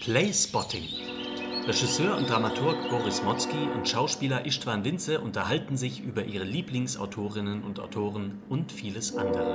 Playspotting. Regisseur und Dramaturg Boris Motzki und Schauspieler Istvan Vince unterhalten sich über ihre Lieblingsautorinnen und Autoren und vieles andere.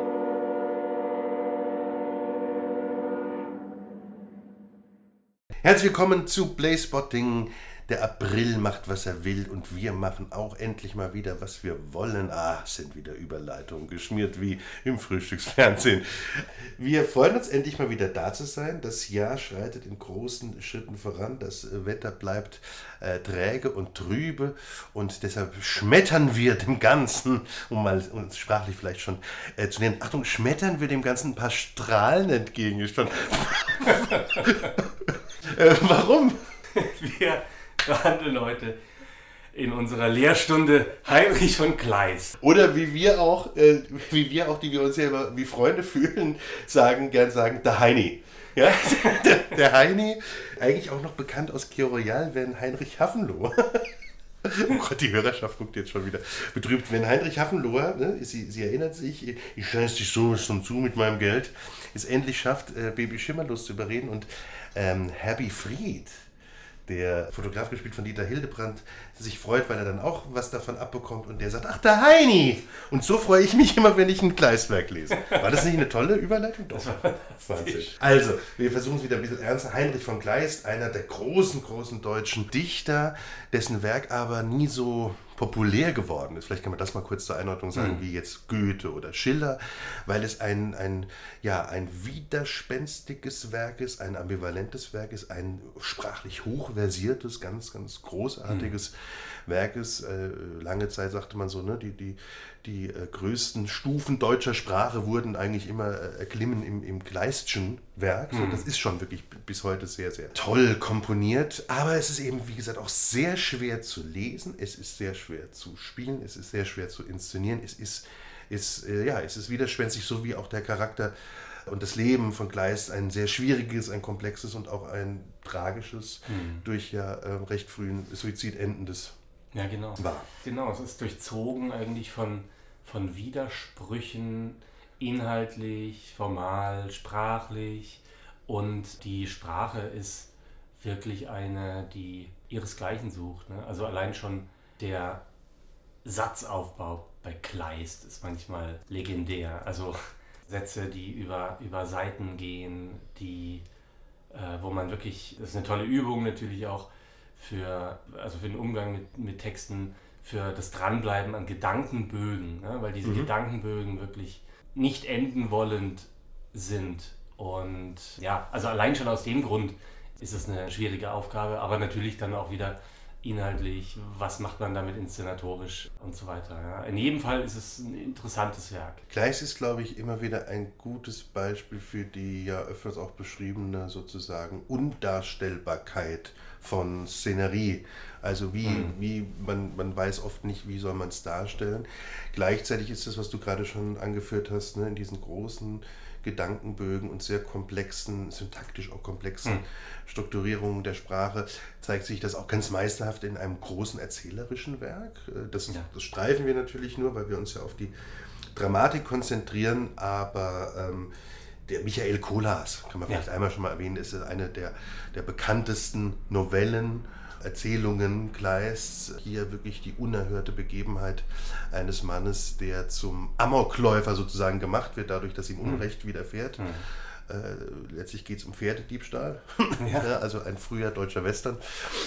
Herzlich willkommen zu Playspotting. Der April macht, was er will, und wir machen auch endlich mal wieder, was wir wollen. Es sind wieder Überleitungen geschmiert wie im Frühstücksfernsehen. Wir freuen uns, endlich mal wieder da zu sein. Das Jahr schreitet in großen Schritten voran. Das Wetter bleibt träge und trübe, und deshalb schmettern wir dem Ganzen, um mal uns sprachlich vielleicht schon zu nennen, Achtung, schmettern wir dem Ganzen ein paar Strahlen entgegen. Warum? Wir behandeln heute in unserer Lehrstunde Heinrich von Kleist. Oder wie wir auch, die wir uns ja immer wie Freunde fühlen, gern sagen, der Heini. Ja? Der Heini, eigentlich auch noch bekannt aus Kio Royal, wenn Heinrich Hafenloh. Oh Gott, die Hörerschaft guckt jetzt schon wieder betrübt. Wenn Heinrich Hafenloh, ne, sie erinnert sich, ich scheiß dich so schon zu mit meinem Geld, es endlich schafft, Baby Schimmerlos zu überreden, und Herbie Fried, der Fotograf gespielt von Dieter Hildebrandt, sich freut, weil er dann auch was davon abbekommt, und der sagt, ach, der Heini! Und so freue ich mich immer, wenn ich ein Kleistwerk lese. War das nicht eine tolle Überleitung? Doch. Das war fantastisch. Also, wir versuchen es wieder ein bisschen ernster. Heinrich von Kleist, einer der großen deutschen Dichter, dessen Werk aber nie so populär geworden ist. Vielleicht kann man das mal kurz zur Einordnung sagen, wie jetzt Goethe oder Schiller, weil es ein widerspenstiges Werk ist, ein ambivalentes Werk ist, ein sprachlich hochversiertes, ganz, ganz großartiges Werk ist. Lange Zeit sagte man so, ne, die größten Stufen deutscher Sprache wurden eigentlich immer erklimmen im Kleistschen Werk. So, das ist schon wirklich bis heute sehr, sehr toll komponiert. Aber es ist eben, wie gesagt, auch sehr schwer zu lesen. Es ist sehr schwer zu spielen. Es ist sehr schwer zu inszenieren. Es ist widerspenstig, so wie auch der Charakter und das Leben von Kleist ein sehr schwieriges, ein komplexes und auch ein tragisches, durch recht frühen Suizid endendes war. Genau, es ist durchzogen eigentlich von Widersprüchen, inhaltlich, formal, sprachlich, und die Sprache ist wirklich eine, die ihresgleichen sucht. Ne? Also allein schon der Satzaufbau bei Kleist ist manchmal legendär. Also Sätze, die über Seiten gehen, wo man wirklich, das ist eine tolle Übung natürlich auch für den Umgang mit Texten, für das Dranbleiben an Gedankenbögen, ne? Weil diese Gedankenbögen wirklich nicht enden wollend sind. Und ja, also allein schon aus dem Grund ist es eine schwierige Aufgabe, aber natürlich dann auch wieder inhaltlich, was macht man damit inszenatorisch und so weiter. Ja. In jedem Fall ist es ein interessantes Werk. Kleist ist, glaube ich, immer wieder ein gutes Beispiel für die ja öfters auch beschriebene sozusagen Undarstellbarkeit von Szenerie. Also man weiß oft nicht, wie soll man es darstellen. Gleichzeitig ist das, was du gerade schon angeführt hast, ne, in diesen großen Gedankenbögen und sehr komplexen, syntaktisch auch komplexen Strukturierungen der Sprache, zeigt sich das auch ganz meisterhaft in einem großen erzählerischen Werk. Das streifen wir natürlich nur, weil wir uns ja auf die Dramatik konzentrieren, aber der Michael Kohlhaas, kann man vielleicht einmal schon mal erwähnen, ist eine der bekanntesten Novellen, Erzählungen Kleists. Hier wirklich die unerhörte Begebenheit eines Mannes, der zum Amokläufer sozusagen gemacht wird, dadurch, dass ihm Unrecht widerfährt. Letztlich geht es um Pferdediebstahl, also ein früher deutscher Western.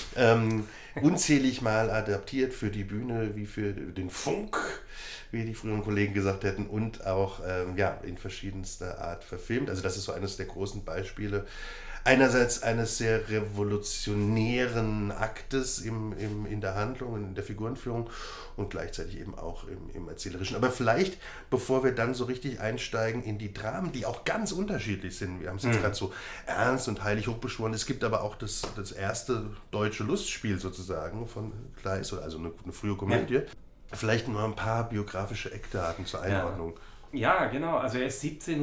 Unzählig mal adaptiert für die Bühne wie für den Funk, wie die früheren Kollegen gesagt hätten, und auch in verschiedenster Art verfilmt. Also das ist so eines der großen Beispiele. Einerseits eines sehr revolutionären Aktes in der Handlung, in der Figurenführung, und gleichzeitig eben auch im Erzählerischen. Aber vielleicht, bevor wir dann so richtig einsteigen in die Dramen, die auch ganz unterschiedlich sind. Wir haben es jetzt gerade so ernst und heilig hochbeschworen. Es gibt aber auch das erste deutsche Lustspiel sozusagen von Kleist, also eine frühe Komödie. Vielleicht nur ein paar biografische Eckdaten zur Einordnung. Ja, genau. Also er ist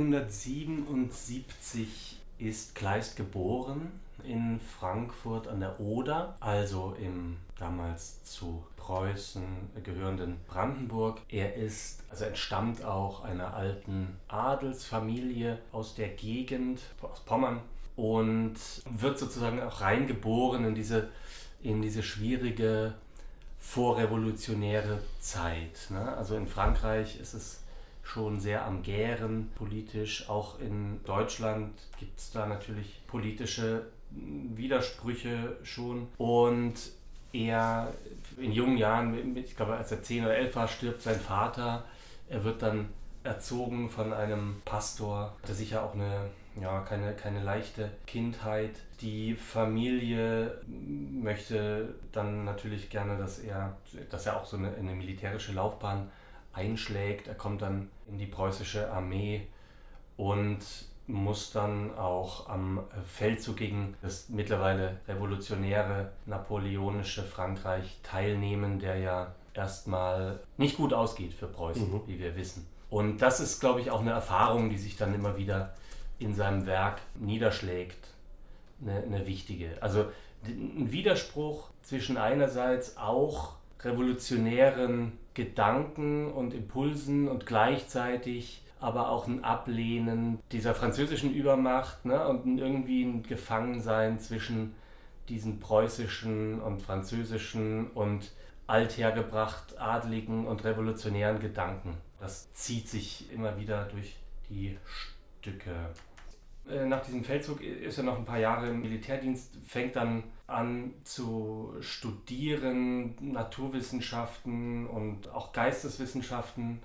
1777 ist Kleist geboren in Frankfurt an der Oder, also im damals zu Preußen gehörenden Brandenburg. Er entstammt auch einer alten Adelsfamilie aus der Gegend, aus Pommern. und wird sozusagen auch reingeboren in diese schwierige vorrevolutionäre Zeit. Ne? Also in Frankreich ist es schon sehr am Gären politisch. Auch in Deutschland gibt es da natürlich politische Widersprüche schon. Und er in jungen Jahren, ich glaube als er 10 oder 11 war, stirbt sein Vater. Er wird dann erzogen von einem Pastor. Hatte sicher auch keine leichte Kindheit. Die Familie möchte dann natürlich gerne, dass er auch so eine militärische Laufbahn einschlägt. Er kommt dann in die preußische Armee und muss dann auch am Feldzug gegen das mittlerweile revolutionäre napoleonische Frankreich teilnehmen, der ja erstmal nicht gut ausgeht für Preußen, wie wir wissen. Und das ist, glaube ich, auch eine Erfahrung, die sich dann immer wieder in seinem Werk niederschlägt. Eine wichtige. Also ein Widerspruch zwischen einerseits auch revolutionären Gedanken und Impulsen und gleichzeitig aber auch ein Ablehnen dieser französischen Übermacht, ne, und irgendwie ein Gefangensein zwischen diesen preußischen und französischen und althergebracht adligen und revolutionären Gedanken. Das zieht sich immer wieder durch die Stücke. Nach diesem Feldzug ist er noch ein paar Jahre im Militärdienst, fängt dann an zu studieren, Naturwissenschaften und auch Geisteswissenschaften.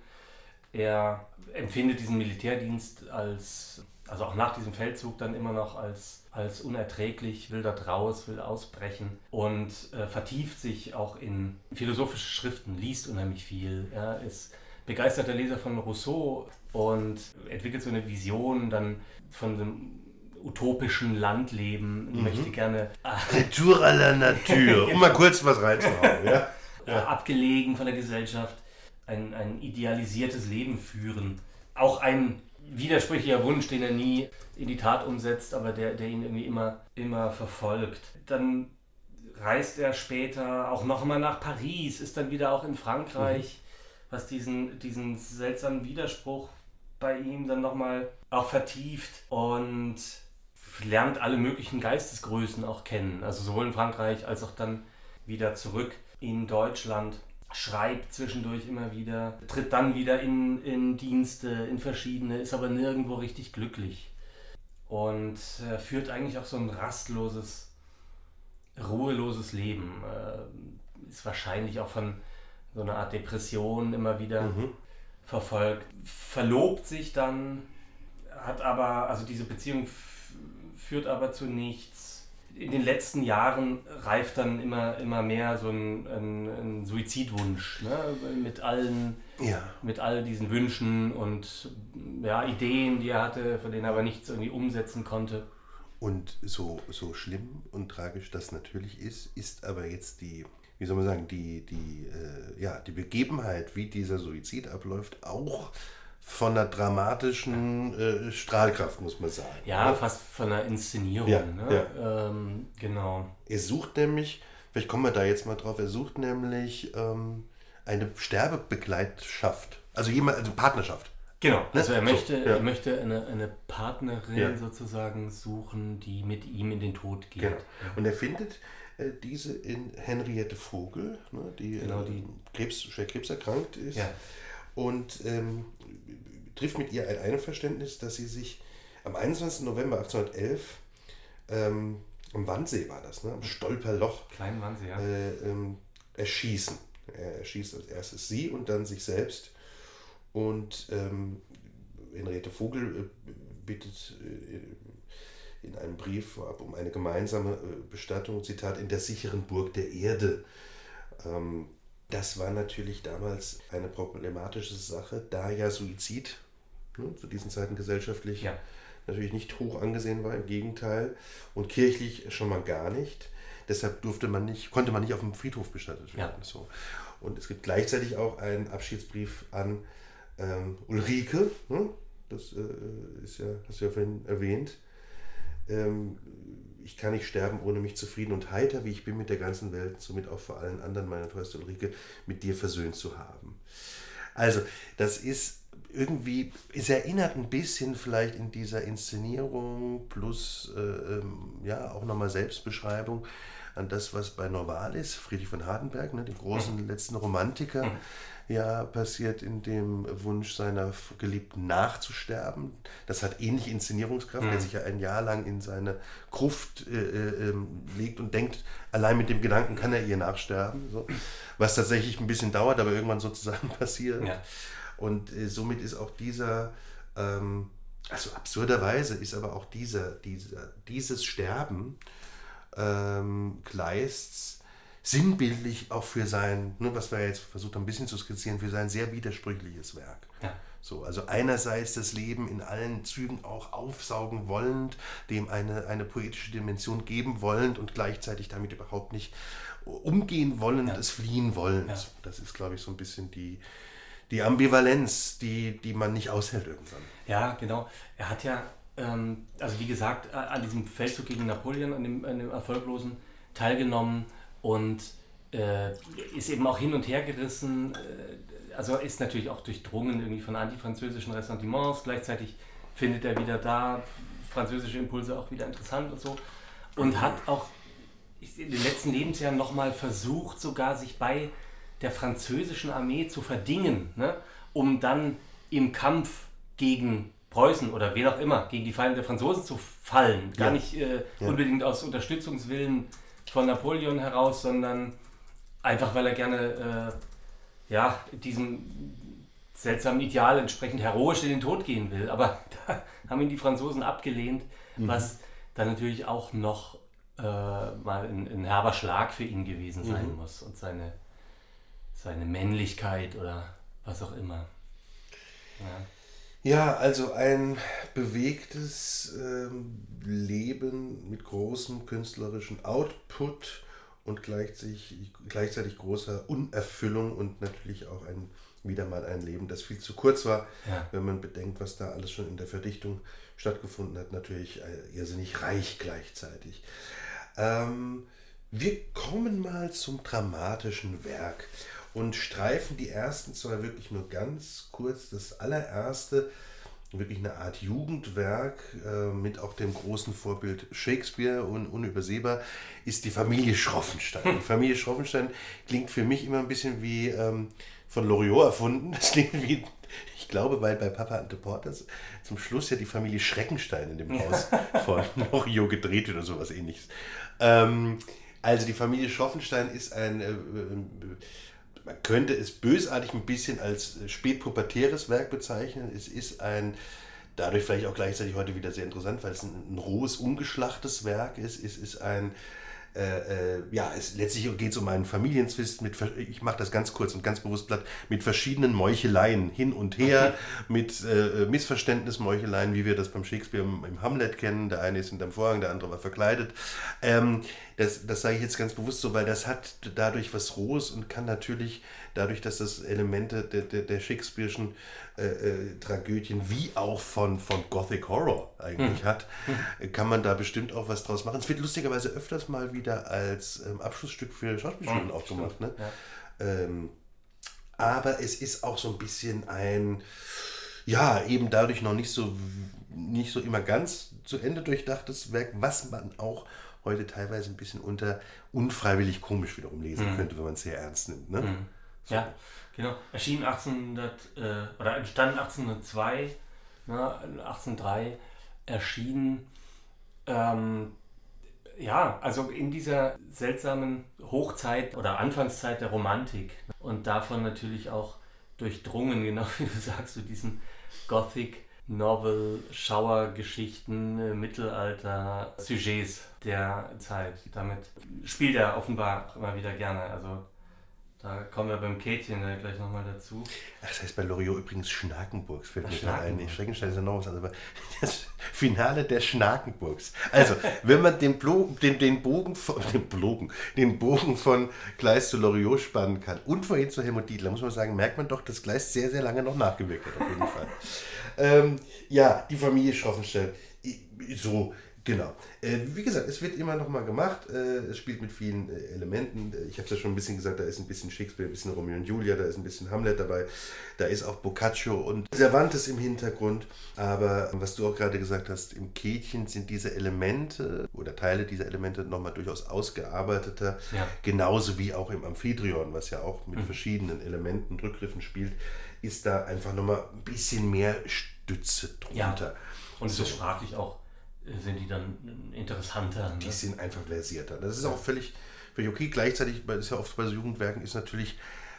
Er empfindet diesen Militärdienst also auch nach diesem Feldzug dann immer noch als unerträglich, will dort raus, will ausbrechen und vertieft sich auch in philosophische Schriften, liest unheimlich viel. Ja, ist begeisterter Leser von Rousseau und entwickelt so eine Vision dann von einem utopischen Landleben, möchte gerne Retour à la nature, um mal kurz was reinzuhauen. Ja? Abgelegen von der Gesellschaft, ein idealisiertes Leben führen. Auch ein widersprüchlicher Wunsch, den er nie in die Tat umsetzt, aber der ihn irgendwie immer verfolgt. Dann reist er später auch nochmal nach Paris, ist dann wieder auch in Frankreich, was diesen seltsamen Widerspruch bei ihm dann nochmal auch vertieft und lernt alle möglichen Geistesgrößen auch kennen. Also sowohl in Frankreich als auch dann wieder zurück in Deutschland. Schreibt zwischendurch immer wieder, tritt dann wieder in Dienste, in verschiedene, ist aber nirgendwo richtig glücklich. Und führt eigentlich auch so ein rastloses, ruheloses Leben. Ist wahrscheinlich auch von so einer Art Depression immer wieder verfolgt. Verlobt sich dann, also diese Beziehung führt aber zu nichts. In den letzten Jahren reift dann immer mehr so ein Suizidwunsch, ne? Mit all diesen Wünschen und Ideen, die er hatte, von denen er aber nichts irgendwie umsetzen konnte. Und so schlimm und tragisch das natürlich ist aber jetzt die Begebenheit, wie dieser Suizid abläuft, auch von einer dramatischen Strahlkraft, muss man sagen. Ja, ne? Fast von einer Inszenierung. Ja, ne? Ja. Genau. Er sucht nämlich, vielleicht kommen wir da jetzt mal drauf, eine Sterbebegleitschaft, also Partnerschaft. Genau, also er möchte eine Partnerin sozusagen suchen, die mit ihm in den Tod geht. Genau. Und er findet diese in Henriette Vogel, ne, die schwer krebserkrankt ist, und trifft mit ihr ein Einverständnis, dass sie sich am 21. November 1811 am Wannsee war das, ne, am Stolperloch, Kleinen Wannsee, erschießen. Er erschießt als erstes sie und dann sich selbst. Und Henriette Vogel bittet in einem Brief vorab um eine gemeinsame Bestattung, Zitat, in der sicheren Burg der Erde. Das war natürlich damals eine problematische Sache, da ja Suizid zu diesen Zeiten gesellschaftlich natürlich nicht hoch angesehen war, im Gegenteil, und kirchlich schon mal gar nicht. Deshalb konnte man nicht auf dem Friedhof bestattet werden. Ja. So. Und es gibt gleichzeitig auch einen Abschiedsbrief an Ulrike, das hast du ja vorhin erwähnt. Ich kann nicht sterben, ohne mich zufrieden und heiter, wie ich bin mit der ganzen Welt, somit auch vor allen anderen, meine teuerste Ulrike, mit dir versöhnt zu haben. Also, das ist irgendwie, es erinnert ein bisschen vielleicht in dieser Inszenierung plus ja auch nochmal Selbstbeschreibung an das, was bei Novalis, Friedrich von Hardenberg, ne, dem großen letzten Romantiker, ja passiert in dem Wunsch seiner Geliebten nachzusterben. Das hat ähnliche Inszenierungskraft, der sich ja ein Jahr lang in seine Gruft legt und denkt, allein mit dem Gedanken kann er ihr nachsterben. So. Was tatsächlich ein bisschen dauert, aber irgendwann sozusagen passiert. Ja. Und somit ist auch dieser, also absurderweise ist aber auch dieses Sterben Kleists sinnbildlich auch für sein, ne, was wir jetzt versucht haben, ein bisschen zu skizzieren, für sein sehr widersprüchliches Werk. Ja. So, also einerseits das Leben in allen Zügen auch aufsaugen wollend, dem eine poetische Dimension geben wollend und gleichzeitig damit überhaupt nicht umgehen wollend, es fliehen wollend. Ja. Das ist, glaube ich, so ein bisschen die Ambivalenz, die man nicht aushält irgendwann. Ja, genau. Er hat ja, also wie gesagt, an diesem Feldzug gegen Napoleon, an dem erfolglosen, teilgenommen und ist eben auch hin und her gerissen, also ist natürlich auch durchdrungen irgendwie von antifranzösischen Ressentiments, gleichzeitig findet er wieder da französische Impulse auch wieder interessant und so und hat auch in den letzten Lebensjahren nochmal versucht, sogar sich bei der französischen Armee zu verdingen, ne, um dann im Kampf gegen Preußen oder wen auch immer, gegen die Feinde der Franzosen zu fallen. Gar nicht unbedingt aus Unterstützungswillen von Napoleon heraus, sondern einfach, weil er gerne diesem seltsamen Ideal entsprechend heroisch in den Tod gehen will. Aber da haben ihn die Franzosen abgelehnt, was dann natürlich auch noch mal ein herber Schlag für ihn gewesen sein muss und seine Männlichkeit oder was auch immer. Ja, also ein bewegtes Leben mit großem künstlerischen Output und gleichzeitig großer Unerfüllung und natürlich auch wieder mal ein Leben, das viel zu kurz war, wenn man bedenkt, was da alles schon in der Verdichtung stattgefunden hat, natürlich irrsinnig reich gleichzeitig. Wir kommen mal zum dramatischen Werk und streifen die ersten zwei wirklich nur ganz kurz. Das allererste, wirklich eine Art Jugendwerk mit auch dem großen Vorbild Shakespeare und unübersehbar, ist die Familie Schroffenstein. Die Familie Schroffenstein klingt für mich immer ein bisschen wie von Loriot erfunden. Das klingt wie, ich glaube, weil bei Papa and the Porters zum Schluss ja die Familie Schreckenstein in dem Haus von Loriot gedreht wird oder sowas ähnliches. Also die Familie Schroffenstein ist man könnte es bösartig ein bisschen als spätpubertäres Werk bezeichnen. Es ist dadurch vielleicht auch gleichzeitig heute wieder sehr interessant, weil es ein rohes, ungeschlachtes Werk ist. Es ist letztlich geht es um einen Familienzwist ich mache das ganz kurz und ganz bewusst platt, mit verschiedenen Meucheleien hin und her, mit Missverständnismeucheleien, wie wir das beim Shakespeare im Hamlet kennen. Der eine ist hinterm Vorhang, der andere war verkleidet. Das sage ich jetzt ganz bewusst so, weil das hat dadurch was Rohes und kann natürlich, dadurch, dass das Elemente der Shakespeare'schen Tragödien wie auch von Gothic Horror eigentlich hat, kann man da bestimmt auch was draus machen. Es wird lustigerweise öfters mal wieder als Abschlussstück für Schauspielschulen auch gemacht. Ne? Ja. Aber es ist auch so ein bisschen eben dadurch noch nicht so immer ganz zu Ende durchdachtes Werk, was man auch heute teilweise ein bisschen unter unfreiwillig komisch wiederum lesen könnte, wenn man es sehr ernst nimmt. Ne? So. Ja, genau. Entstand 1802, 1803 erschien, also in dieser seltsamen Hochzeit oder Anfangszeit der Romantik und davon natürlich auch durchdrungen, genau wie du sagst, zu diesen Gothic Novel, Schauergeschichten, Mittelalter-Sujets der Zeit. Damit spielt er offenbar immer wieder gerne. Also da kommen wir beim Käthchen gleich nochmal dazu. Ach, das heißt bei Loriot übrigens Schnakenburgs, fällt mir gerade ein. Schreckenstein ist ja noch was anderes, aber das Finale der Schnakenburgs. Also, wenn man den Bogen von Kleist zu Loriot spannen kann und vorhin zu Helmut Dietl, muss man sagen, merkt man doch, dass Kleist sehr, sehr lange noch nachgewirkt hat, auf jeden Fall. Die Familie Schroffenstein. So, Genau. Wie gesagt, es wird immer noch mal gemacht. Es spielt mit vielen Elementen. Ich habe es ja schon ein bisschen gesagt, da ist ein bisschen Shakespeare, ein bisschen Romeo und Julia, da ist ein bisschen Hamlet dabei, da ist auch Boccaccio und Cervantes im Hintergrund. Aber was du auch gerade gesagt hast, im Käthchen sind diese Elemente oder Teile dieser Elemente nochmal durchaus ausgearbeiteter. Ja. Genauso wie auch im Amphidrion, was ja auch mit verschiedenen Elementen und Rückgriffen spielt, ist da einfach nochmal ein bisschen mehr Stütze drunter. Ja. Und es ist sprachlich auch, sind die dann interessanter. Ne? Die sind einfach versierter. Das ist auch völlig okay. Gleichzeitig, ist ja oft bei so Jugendwerken, ist natürlich,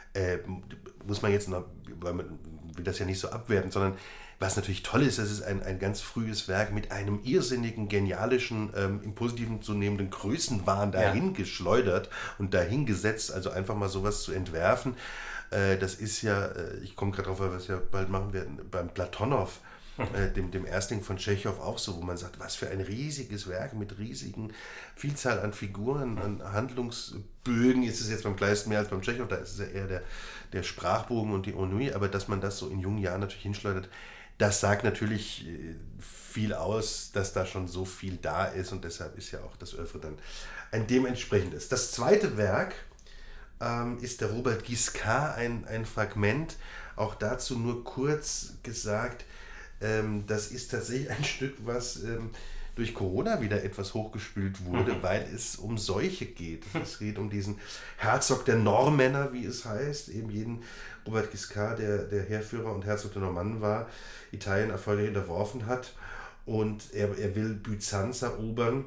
muss man jetzt noch, weil man will das ja nicht so abwerten, sondern was natürlich toll ist, das ist ein ganz frühes Werk mit einem irrsinnigen, genialischen, im Positiven zu nehmenden Größenwahn dahin geschleudert und dahingesetzt, also einfach mal sowas zu entwerfen. Das ist ja, ich komme gerade drauf, weil wir es ja bald machen werden, beim Platonow, dem Erstling von Tschechow auch so, wo man sagt, was für ein riesiges Werk mit riesigen Vielzahl an Figuren, an Handlungsbögen. Ist es jetzt beim Kleist mehr als beim Tschechow, da ist es ja eher der Sprachbogen und die Ennui, aber dass man das so in jungen Jahren natürlich hinschleudert, das sagt natürlich viel aus, dass da schon so viel da ist und deshalb ist ja auch das Oeuvre dann ein dementsprechendes. Das zweite Werk ist der Robert Guiscard, ein Fragment, auch dazu nur kurz gesagt. Das ist tatsächlich ein Stück, was durch Corona wieder etwas hochgespült wurde, weil es um Seuche geht. Es geht um diesen Herzog der Normänner, wie es heißt, eben jeden Robert Guiscard, der Heerführer und Herzog der Normannen war, Italien erfolgreich unterworfen hat und er will Byzanz erobern.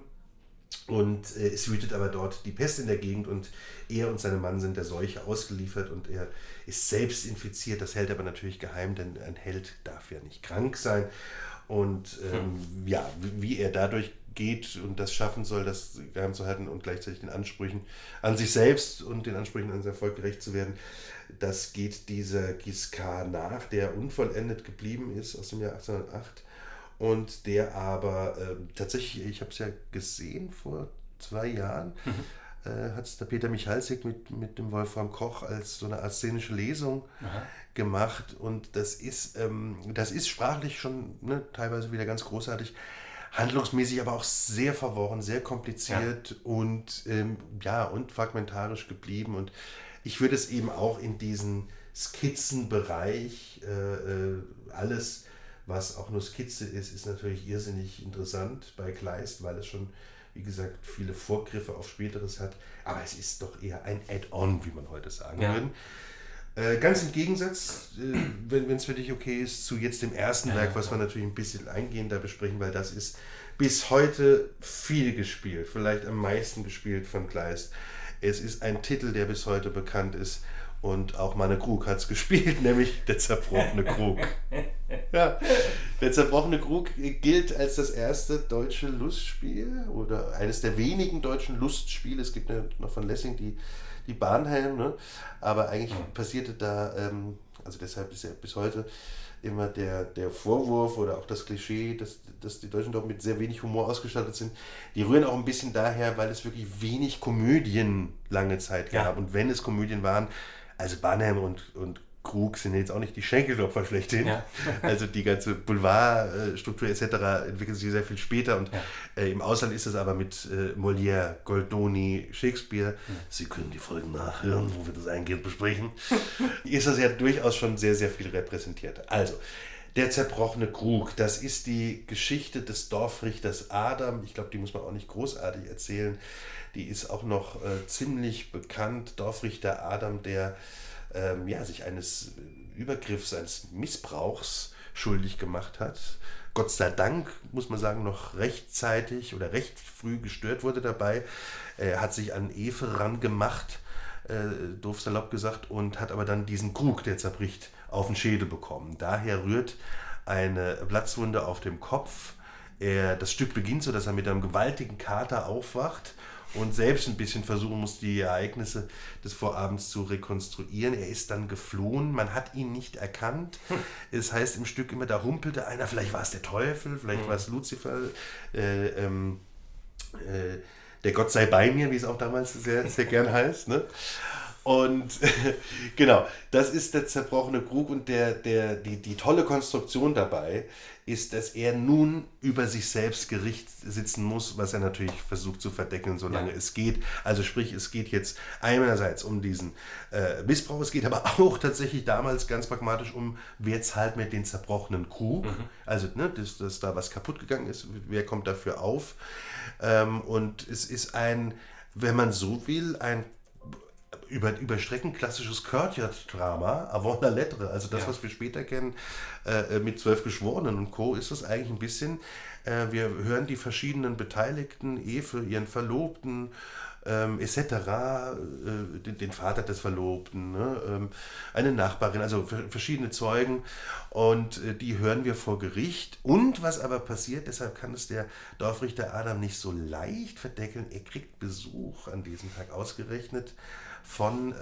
Und es wütet aber dort die Pest in der Gegend und er und seine Mann sind der Seuche ausgeliefert und er ist selbst infiziert. Das hält aber natürlich geheim, denn ein Held darf ja nicht krank sein. Und ja, wie er dadurch geht und das schaffen soll, das geheim zu halten und gleichzeitig den Ansprüchen an sich selbst und den Ansprüchen an sein Volk gerecht zu werden, das geht dieser Guiscard nach, der unvollendet geblieben ist aus dem Jahr 1808. Und der aber tatsächlich, ich habe es ja gesehen vor 2 Jahren, hat es der Peter Michalsik mit dem Wolfram Koch als so eine Art szenische Lesung gemacht. Und das ist sprachlich schon teilweise wieder ganz großartig, handlungsmäßig aber auch sehr verworren, sehr kompliziert und fragmentarisch geblieben. Und ich würde es eben auch in diesen Skizzenbereich alles, was auch nur Skizze ist natürlich irrsinnig interessant bei Kleist, weil es schon, wie gesagt, viele Vorgriffe auf Späteres hat. Aber es ist doch eher ein Add-on, wie man heute sagen würde. Ganz im Gegensatz, wenn es für dich okay ist, zu jetzt dem ersten Werk, was wir natürlich ein bisschen eingehender besprechen, weil das ist bis heute viel gespielt, vielleicht am meisten gespielt von Kleist. Es ist ein Titel, der bis heute bekannt ist. Und auch Manne Krug hat es gespielt, nämlich Der zerbrochene Krug. Ja, Der zerbrochene Krug gilt als das erste deutsche Lustspiel oder eines der wenigen deutschen Lustspiele. Es gibt ja noch von Lessing die Barnhelm, ne? Aber eigentlich passierte da, also deshalb ist ja bis heute immer der Vorwurf oder auch das Klischee, dass die Deutschen doch mit sehr wenig Humor ausgestattet sind. Die rühren auch ein bisschen daher, weil es wirklich wenig Komödien lange Zeit gab. Und wenn es Komödien waren, also Barnhelm und Krug sind jetzt auch nicht die Schenkelklopfer schlechthin. Ja. Also die ganze Boulevardstruktur etc. entwickelt sich sehr viel später. Und im Ausland ist es aber mit Molière, Goldoni, Shakespeare. Sie können die Folgen nachhören, wo wir das eingehend besprechen. Ist das ja durchaus schon sehr, sehr viel repräsentiert. Also, Der zerbrochene Krug, das ist die Geschichte des Dorfrichters Adam. Ich glaube, die muss man auch nicht großartig erzählen. Die ist auch noch ziemlich bekannt. Dorfrichter Adam, der sich eines Übergriffs, eines Missbrauchs schuldig gemacht hat. Gott sei Dank, muss man sagen, noch rechtzeitig oder recht früh gestört wurde dabei. Er hat sich an Eve rangemacht, doof salopp gesagt, und hat aber dann diesen Krug, der zerbricht, auf den Schädel bekommen. Daher rührt eine Platzwunde auf dem Kopf. Das Stück beginnt so, dass er mit einem gewaltigen Kater aufwacht und selbst ein bisschen versuchen muss, die Ereignisse des Vorabends zu rekonstruieren. Er ist dann geflohen, man hat ihn nicht erkannt. Es heißt im Stück immer, da humpelte einer, vielleicht war es der Teufel, vielleicht war es Luzifer, der Gott sei bei mir, wie es auch damals sehr, sehr gern heißt. Ne? Und genau, das ist der zerbrochene Krug und die tolle Konstruktion dabei ist, dass er nun über sich selbst Gericht sitzen muss, was er natürlich versucht zu verdecken, solange es geht. Also sprich, es geht jetzt einerseits um diesen Missbrauch, es geht aber auch tatsächlich damals ganz pragmatisch um, wer zahlt mit den zerbrochenen Krug, also dass da was kaputt gegangen ist, wer kommt dafür auf. Und es ist wenn man so will, ein über Strecken klassisches Courtier-Drama, avant la lettre, also das, was wir später kennen, mit 12 Geschworenen und Co., ist das eigentlich ein bisschen, wir hören die verschiedenen Beteiligten, Efe, ihren Verlobten, etc., den Vater des Verlobten, ne, eine Nachbarin, also verschiedene Zeugen, und die hören wir vor Gericht. Und was aber passiert, deshalb kann es der Dorfrichter Adam nicht so leicht verdeckeln, er kriegt Besuch an diesem Tag ausgerechnet von,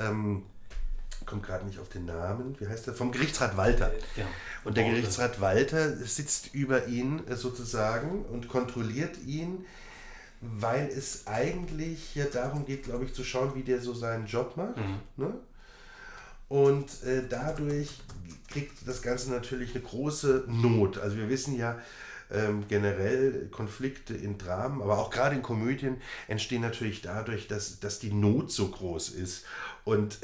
kommt gerade nicht auf den Namen, wie heißt der? Vom Gerichtsrat Walter. Ja. Und der Gerichtsrat Walter sitzt über ihn sozusagen und kontrolliert ihn, weil es eigentlich ja darum geht, glaube ich, zu schauen, wie der so seinen Job macht. Ne? Und dadurch kriegt das Ganze natürlich eine große Not. Also wir wissen ja, generell Konflikte in Dramen, aber auch gerade in Komödien entstehen natürlich dadurch, dass die Not so groß ist. Und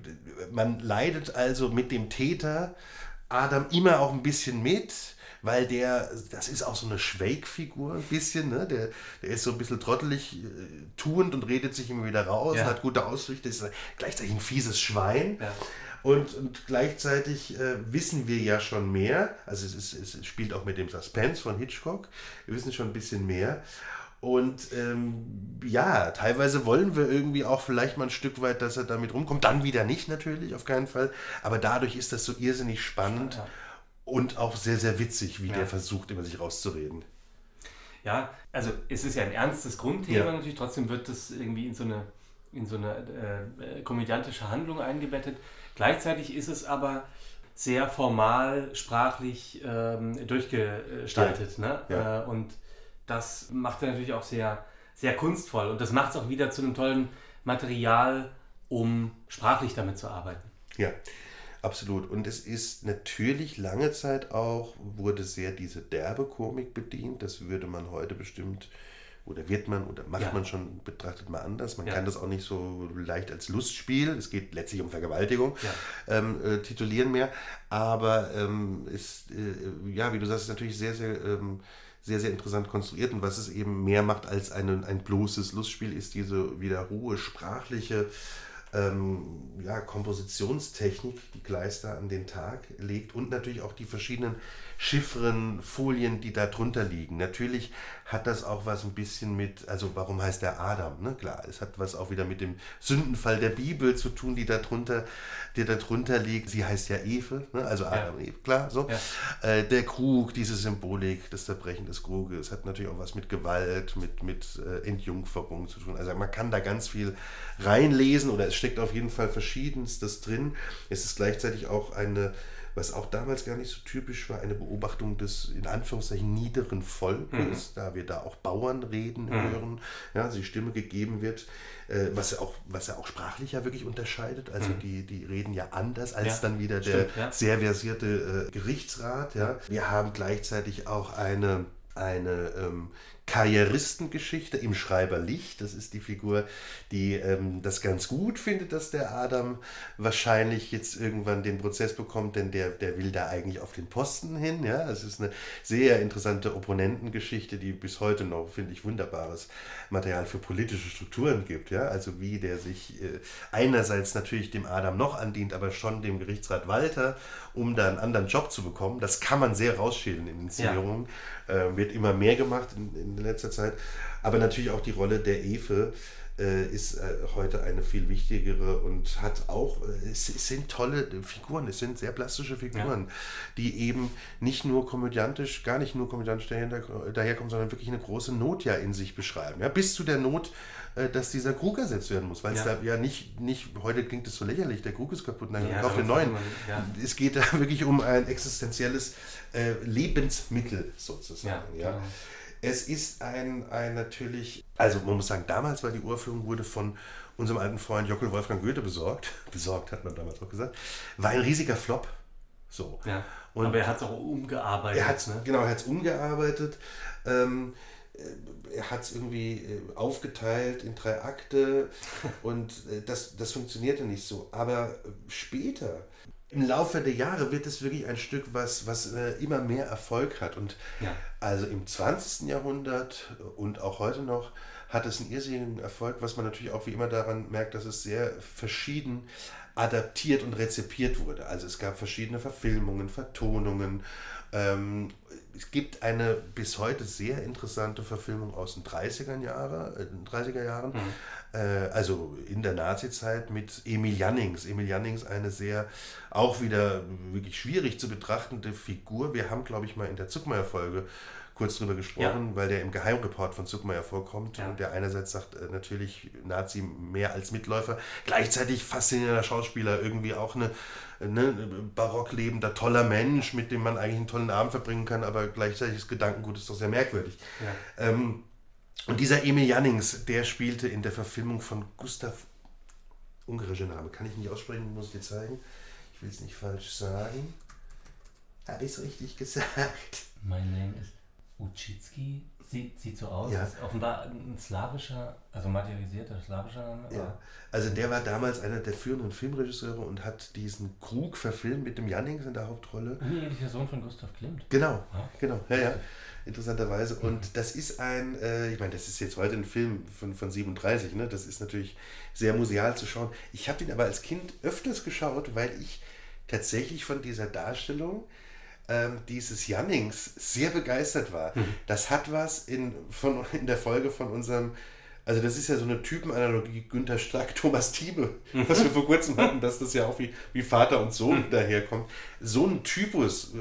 man leidet also mit dem Täter Adam immer auch ein bisschen mit, weil das ist auch so eine Schweig-Figur ein bisschen, ne? Der ist so ein bisschen trottelig tuend und redet sich immer wieder raus, hat gute Ausrichte, ist gleichzeitig ein fieses Schwein. Ja. Und gleichzeitig wissen wir ja schon mehr, also es spielt auch mit dem Suspense von Hitchcock, wir wissen schon ein bisschen mehr. Und teilweise wollen wir irgendwie auch vielleicht mal ein Stück weit, dass er damit rumkommt, dann wieder nicht natürlich, auf keinen Fall, aber dadurch ist das so irrsinnig spannend und auch sehr, sehr witzig, wie der versucht, über sich rauszureden. Ja, also es ist ja ein ernstes Grundthema natürlich, trotzdem wird das irgendwie in so eine komödiantische Handlung eingebettet. Gleichzeitig ist es aber sehr formal, sprachlich durchgestaltet. Ja. Ne? Ja. Und das macht er natürlich auch sehr, sehr kunstvoll. Und das macht es auch wieder zu einem tollen Material, um sprachlich damit zu arbeiten. Ja, absolut. Und es ist natürlich lange Zeit auch, wurde sehr diese derbe Komik bedient. Das würde man heute bestimmt, oder wird man, oder macht man schon, betrachtet mal anders. Man kann das auch nicht so leicht als Lustspiel, es geht letztlich um Vergewaltigung, titulieren mehr. Aber wie du sagst, ist natürlich sehr, sehr, sehr, sehr interessant konstruiert. Und was es eben mehr macht als ein bloßes Lustspiel, ist diese wieder hohe sprachliche Kompositionstechnik, die Gleister an den Tag legt, und natürlich auch die verschiedenen Chiffren, Folien, die da drunter liegen. Natürlich hat das auch was ein bisschen mit, also warum heißt der Adam? Ne? Klar, es hat was auch wieder mit dem Sündenfall der Bibel zu tun, die da drunter liegt. Sie heißt ja Eve, ne? Also Adam und Eve, klar. So. Ja. Der Krug, diese Symbolik, das Zerbrechen des Kruges, hat natürlich auch was mit Gewalt, mit Entjungferung zu tun. Also man kann da ganz viel reinlesen, oder es steckt auf jeden Fall Verschiedenstes drin. Es ist gleichzeitig auch was auch damals gar nicht so typisch war, eine Beobachtung des, in Anführungszeichen, niederen Volkes, da wir da auch Bauernreden hören, also die Stimme gegeben wird, was ja auch sprachlich ja wirklich unterscheidet, also die reden ja anders als dann wieder der sehr versierte Gerichtsrat. Ja. Wir haben gleichzeitig auch eine Karrieristengeschichte im Schreiber Licht. Das ist die Figur, die das ganz gut findet, dass der Adam wahrscheinlich jetzt irgendwann den Prozess bekommt, denn der will da eigentlich auf den Posten hin. Ja? Es ist eine sehr interessante Opponentengeschichte, die bis heute noch, finde ich, wunderbares Material für politische Strukturen gibt. Ja? Also wie der sich einerseits natürlich dem Adam noch andient, aber schon dem Gerichtsrat Walter, um da einen anderen Job zu bekommen. Das kann man sehr rausschälen in Inszenierungen. Wird immer mehr gemacht in letzter Zeit. Aber natürlich auch die Rolle der Eve ist heute eine viel wichtigere und hat auch, es sind tolle Figuren, es sind sehr plastische Figuren, die eben nicht nur komödiantisch, gar nicht nur komödiantisch daherkommen, sondern wirklich eine große Not ja in sich beschreiben. Ja, bis zu der Not, dass dieser Krug ersetzt werden muss, weil es da ja nicht, heute klingt es so lächerlich, der Krug ist kaputt, dann kauft den neuen. Es geht da wirklich um ein existenzielles Lebensmittel sozusagen. Ja. Genau. Es ist ein natürlich, also man muss sagen, damals war die Uraufführung wurde von unserem alten Freund Johann Wolfgang Goethe besorgt hat man damals auch gesagt, war ein riesiger Flop. So. Ja. Und aber er hat es auch umgearbeitet. Er hat es umgearbeitet. Er hat es irgendwie aufgeteilt in 3 Akte und das funktionierte nicht so. Aber später, im Laufe der Jahre, wird es wirklich ein Stück, was immer mehr Erfolg hat. Und also im 20. Jahrhundert und auch heute noch hat es einen irrsinnigen Erfolg, was man natürlich auch wie immer daran merkt, dass es sehr verschieden adaptiert und rezipiert wurde. Also es gab verschiedene Verfilmungen, Vertonungen. Es gibt eine bis heute sehr interessante Verfilmung aus den 30er Jahren, also in der Nazi-Zeit mit Emil Jannings. Emil Jannings, eine sehr, auch wieder wirklich schwierig zu betrachtende Figur. Wir haben, glaube ich, mal in der Zuckmeier-Folge kurz drüber gesprochen, weil der im Geheimreport von Zuckmeier vorkommt und der einerseits sagt, natürlich Nazi mehr als Mitläufer, gleichzeitig faszinierender Schauspieler, irgendwie auch eine barock lebender, toller Mensch, mit dem man eigentlich einen tollen Abend verbringen kann, aber gleichzeitig das Gedankengut ist doch sehr merkwürdig. Ja. Und dieser Emil Jannings, der spielte in der Verfilmung von Gustav, ungarischer Name, kann ich nicht aussprechen, muss ich dir zeigen, ich will es nicht falsch sagen. Habe ich es richtig gesagt? Mein Name ist Uczycki, sieht so aus, ist offenbar ein slawischer, also materialisierter slawischer Name. Ja. Also der war damals einer der führenden Filmregisseure und hat diesen Krug verfilmt mit dem Jannings in der Hauptrolle. Uneheliche Sohn von Gustav Klimt. Genau, ja. Interessanterweise. Und das ist ich meine, das ist jetzt heute ein Film von 37, ne? Das ist natürlich sehr museal zu schauen. Ich habe den aber als Kind öfters geschaut, weil ich tatsächlich von dieser Darstellung dieses Jannings sehr begeistert war. Das hat was in der Folge von unserem, also das ist ja so eine Typenanalogie, Günther Strack, Thomas Thieme, was wir vor kurzem hatten, dass das ja auch wie Vater und Sohn daherkommt. So ein Typus,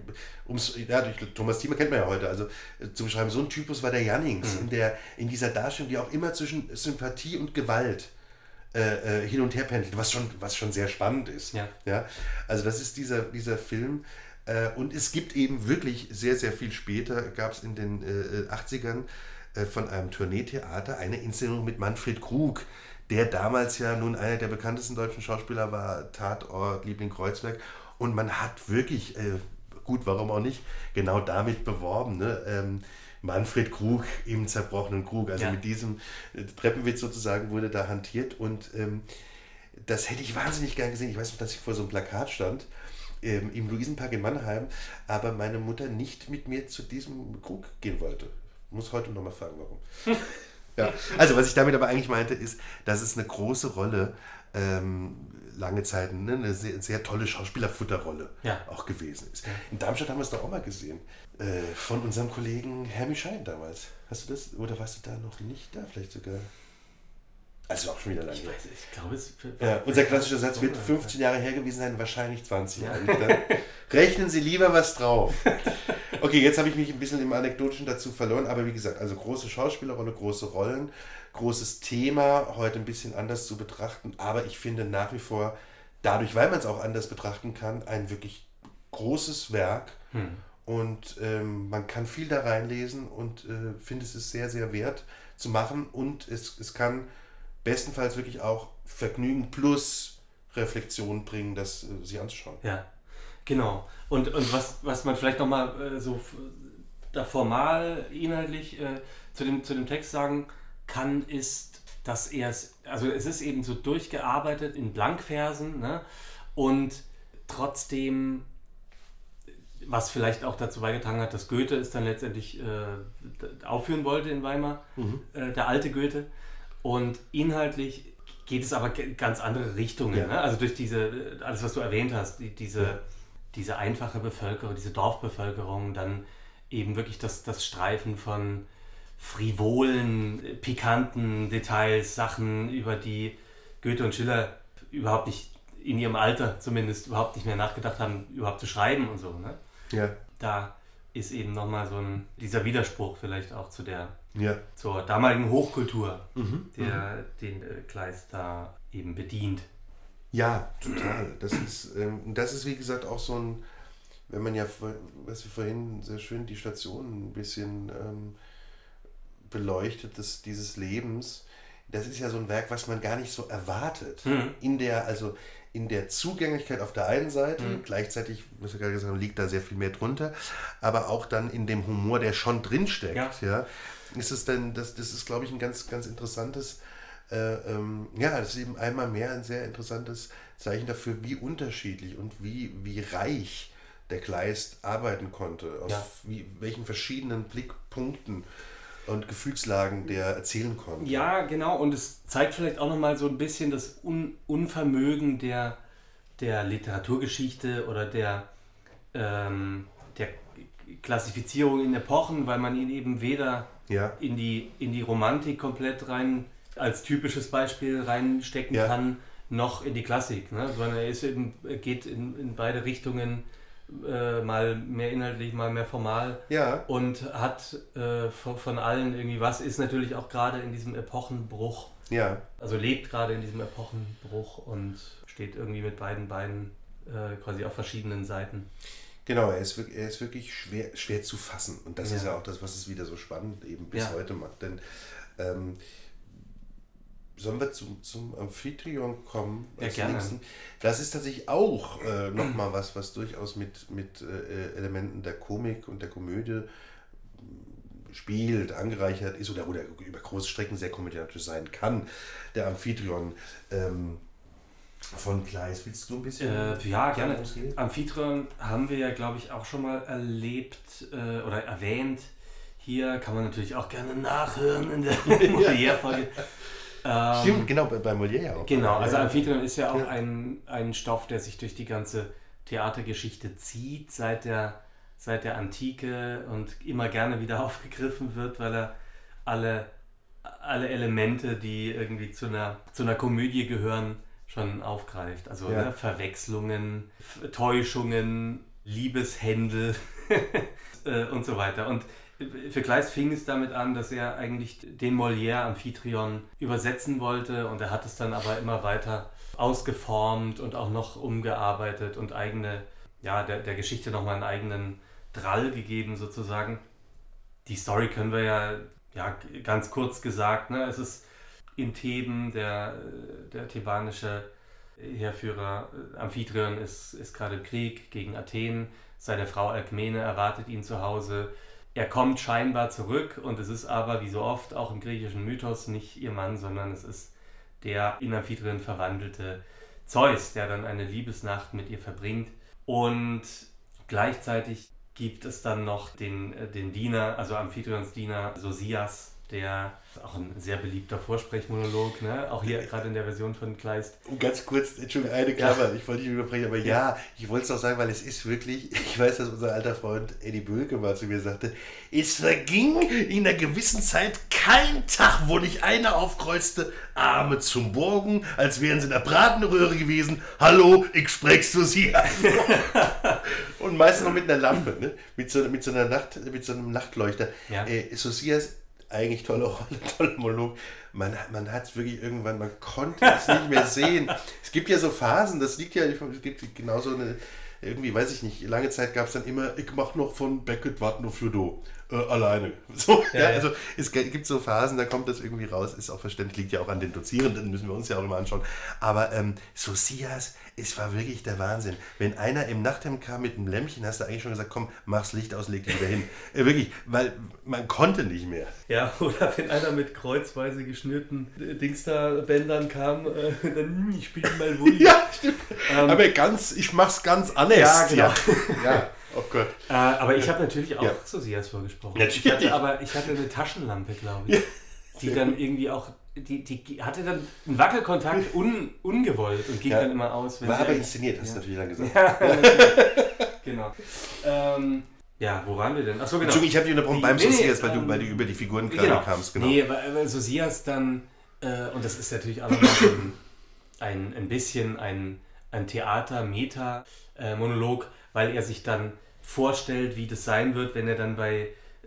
Thomas Thieme kennt man ja heute, also zu beschreiben, so ein Typus war der Jannings in dieser Darstellung, die auch immer zwischen Sympathie und Gewalt hin und her pendelt, was schon sehr spannend ist. Ja? Also das ist dieser Film. Und es gibt eben wirklich sehr, sehr viel später, gab es in den 80ern von einem Tourneetheater eine Inszenierung mit Manfred Krug, der damals ja nun einer der bekanntesten deutschen Schauspieler war, Tatort, Liebling Kreuzberg. Und man hat wirklich, gut, warum auch nicht, genau damit beworben, ne? Manfred Krug im zerbrochenen Krug. Also mit diesem Treppenwitz sozusagen wurde da hantiert. Und das hätte ich wahnsinnig gern gesehen. Ich weiß noch, dass ich vor so einem Plakat stand, im Luisenpark in Mannheim, aber meine Mutter nicht mit mir zu diesem Krug gehen wollte. Muss heute nochmal fragen, warum. Also was ich damit aber eigentlich meinte, ist, dass es eine große Rolle, lange Zeit eine sehr, sehr tolle Schauspielerfutterrolle auch gewesen ist. In Darmstadt haben wir es doch auch mal gesehen, von unserem Kollegen Hermi Schein damals. Hast du das, oder warst du da noch nicht da, vielleicht sogar? Also auch schon wieder lange her. Ich glaube, es... unser klassischer Satz wird 15 Jahre her gewesen sein, wahrscheinlich 20 Jahre. Dann rechnen Sie lieber was drauf. Okay, jetzt habe ich mich ein bisschen im Anekdotischen dazu verloren, aber wie gesagt, also große Schauspielerrolle, große Rollen, großes Thema, heute ein bisschen anders zu betrachten, aber ich finde nach wie vor, dadurch, weil man es auch anders betrachten kann, ein wirklich großes Werk und man kann viel da reinlesen und finde, es ist sehr, sehr wert zu machen und es kann bestenfalls wirklich auch Vergnügen plus Reflexion bringen, das sie anzuschauen. Ja, genau. Und was man vielleicht nochmal so da formal inhaltlich zu dem Text sagen kann, ist, dass es ist eben so durchgearbeitet in Blankversen, ne? Und trotzdem, was vielleicht auch dazu beigetragen hat, dass Goethe es dann letztendlich aufführen wollte in Weimar, der alte Goethe. Und inhaltlich geht es aber ganz andere Richtungen. Ne? Also durch alles, was du erwähnt hast, diese einfache Bevölkerung, diese Dorfbevölkerung, dann eben wirklich das Streifen von frivolen, pikanten Details, Sachen, über die Goethe und Schiller überhaupt nicht, in ihrem Alter zumindest, überhaupt nicht mehr nachgedacht haben, überhaupt zu schreiben und so. Ne? Ja. Da ist eben nochmal so dieser Widerspruch vielleicht auch zur damaligen Hochkultur, den Kleist da eben bedient. Ja, total. Das ist wie gesagt auch so ein, wenn man ja, was wir vorhin sehr schön die Station ein bisschen beleuchtet, dieses Lebens, das ist ja so ein Werk, was man gar nicht so erwartet. In der Zugänglichkeit auf der einen Seite, gleichzeitig, muss ich gerade sagen, liegt da sehr viel mehr drunter, aber auch dann in dem Humor, der schon drinsteckt. Ja. Ist es denn, das ist, glaube ich, ein ganz, ganz interessantes, das ist eben einmal mehr ein sehr interessantes Zeichen dafür, wie unterschiedlich und wie reich der Kleist arbeiten konnte, aus welchen verschiedenen Blickpunkten und Gefühlslagen der erzählen konnte. Ja, genau. Und es zeigt vielleicht auch nochmal so ein bisschen das Unvermögen der Literaturgeschichte oder der Klassifizierung in Epochen, weil man ihn eben weder in die Romantik komplett rein als typisches Beispiel reinstecken kann, noch in die Klassik. Ne? Sondern er geht in beide Richtungen, mal mehr inhaltlich, mal mehr formal und hat von allen irgendwie was, ist natürlich auch gerade in diesem Epochenbruch, also lebt gerade in diesem Epochenbruch und steht irgendwie mit beiden Beinen quasi auf verschiedenen Seiten. Genau, er ist wirklich schwer zu fassen und das ist ja auch das, was es wieder so spannend eben bis heute macht, denn sollen wir zum Amphitryon kommen? Ja, gerne. Nächsten? Das ist tatsächlich auch nochmal was durchaus mit Elementen der Komik und der Komödie spielt, angereichert ist oder über große Strecken sehr komödiantisch sein kann. Der Amphitryon von Kleist. Willst du ein bisschen? Gerne. Amphitryon haben wir ja, glaube ich, auch schon mal erlebt oder erwähnt. Hier kann man natürlich auch gerne nachhören in der Molière-Folge. Stimmt, genau, bei Molière auch. Genau, also Amphitryon ist ja auch ein Stoff, der sich durch die ganze Theatergeschichte zieht, seit der Antike und immer gerne wieder aufgegriffen wird, weil er alle Elemente, die irgendwie zu einer Komödie gehören, schon aufgreift. Also Verwechslungen, Täuschungen, Liebeshändel und so weiter. Und für Kleist fing es damit an, dass er eigentlich den Molière Amphitryon übersetzen wollte und er hat es dann aber immer weiter ausgeformt und auch noch umgearbeitet und der Geschichte nochmal einen eigenen Drall gegeben sozusagen. Die Story können wir ja ganz kurz gesagt, ne? Es ist in Theben, der thebanische Heerführer Amphitryon ist gerade im Krieg gegen Athen, seine Frau Alkmene erwartet ihn zu Hause. Er kommt scheinbar zurück und es ist aber, wie so oft, auch im griechischen Mythos nicht ihr Mann, sondern es ist der in Amphitryon verwandelte Zeus, der dann eine Liebesnacht mit ihr verbringt. Und gleichzeitig gibt es dann noch den Diener, also Amphitryons Diener Sosias, der auch ein sehr beliebter Vorsprechmonolog, ne? Auch hier gerade in der Version von Kleist. Und ganz kurz, Entschuldigung, eine Klammer, ich wollte dich überbrechen, aber ich wollte es auch sagen, weil es ist wirklich, ich weiß, dass unser alter Freund Eddie Bölke mal zu mir sagte, es verging in einer gewissen Zeit kein Tag, wo nicht einer aufkreuzte, Arme zum Morgen, als wären sie in der Bratenröhre gewesen, hallo, ich sprech's zu Sie. Und meistens noch mit einer Lampe, ne? mit so einem Nachtleuchter. Ja. Sosias, eigentlich tolle Rolle, toller Monolog. Man hat es wirklich irgendwann, man konnte es nicht mehr sehen. Es gibt ja so Phasen, das liegt ja, es gibt genauso eine, irgendwie, weiß ich nicht, lange Zeit gab es dann immer, ich mach noch von Beckett, warte nur für du. Alleine. So, also es gibt so Phasen, da kommt das irgendwie raus, ist auch verständlich, liegt ja auch an den Dozierenden, müssen wir uns ja auch immer anschauen. Aber Sosias, es war wirklich der Wahnsinn. Wenn einer im Nachthemd kam mit einem Lämpchen, hast du eigentlich schon gesagt, komm, mach's Licht aus, leg dich wieder hin. Wirklich, weil man konnte nicht mehr. Ja, oder wenn einer mit kreuzweise geschnürten Bändern kam, dann ich spiele mal wohl. Ja, stimmt. Aber ich mach's ganz anders. Ja, genau. Ja. Oh Gott. Aber ich habe natürlich auch Sosias vorgesprochen. Ich hatte eine Taschenlampe, glaube ich. Die dann irgendwie auch, die hatte dann einen Wackelkontakt ungewollt und ging dann immer aus. War aber inszeniert, hast du natürlich dann gesagt. Genau. Wo waren wir denn? Achso, genau. Entschuldigung, ich habe dich unterbrochen beim Sosias, weil du über die Figuren gerade kamst. Genau. Nee, weil Sosias dann, und das ist natürlich auch noch ein bisschen ein Theater-Meta-Monolog, weil er sich dann vorstellt, wie das sein wird, wenn er dann bei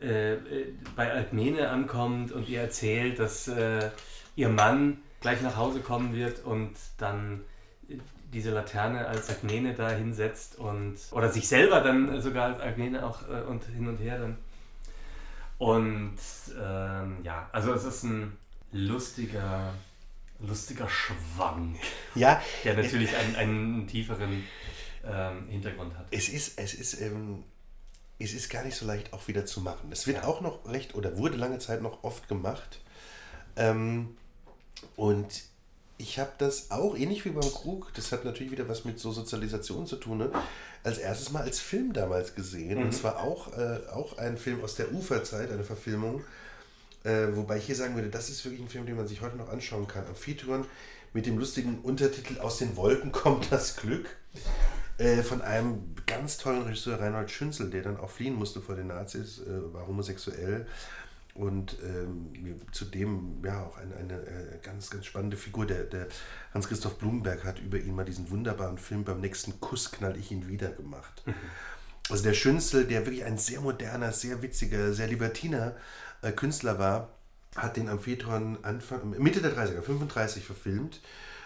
Alkmene ankommt und ihr erzählt, dass ihr Mann gleich nach Hause kommen wird und dann diese Laterne als Alkmene da hinsetzt oder sich selber dann sogar als Alkmene auch und hin und her dann. Und also es ist lustiger Schwank, Ja, der natürlich einen tieferen Hintergrund hat. es ist gar nicht so leicht auch wieder zu machen. Es wird auch noch wurde lange Zeit noch oft gemacht. Und ich habe das auch, ähnlich wie beim Krug, das hat natürlich wieder was mit so Sozialisation zu tun, ne? Als erstes Mal als Film damals gesehen. Und zwar auch ein Film aus der Uferzeit, eine Verfilmung. Wobei ich hier sagen würde, das ist wirklich ein Film, den man sich heute noch anschauen kann. Amphitryon mit dem lustigen Untertitel Aus den Wolken kommt das Glück. Von einem ganz tollen Regisseur, Reinhold Schünzel, der dann auch fliehen musste vor den Nazis, war homosexuell. Und zudem auch eine ganz, ganz spannende Figur. Der Hans-Christoph Blumenberg hat über ihn mal diesen wunderbaren Film Beim nächsten Kuss knall ich ihn wieder gemacht. Also der Schünzel, der wirklich ein sehr moderner, sehr witziger, sehr libertiner Künstler war, hat den Amphitryon Mitte der 30er, 35 verfilmt.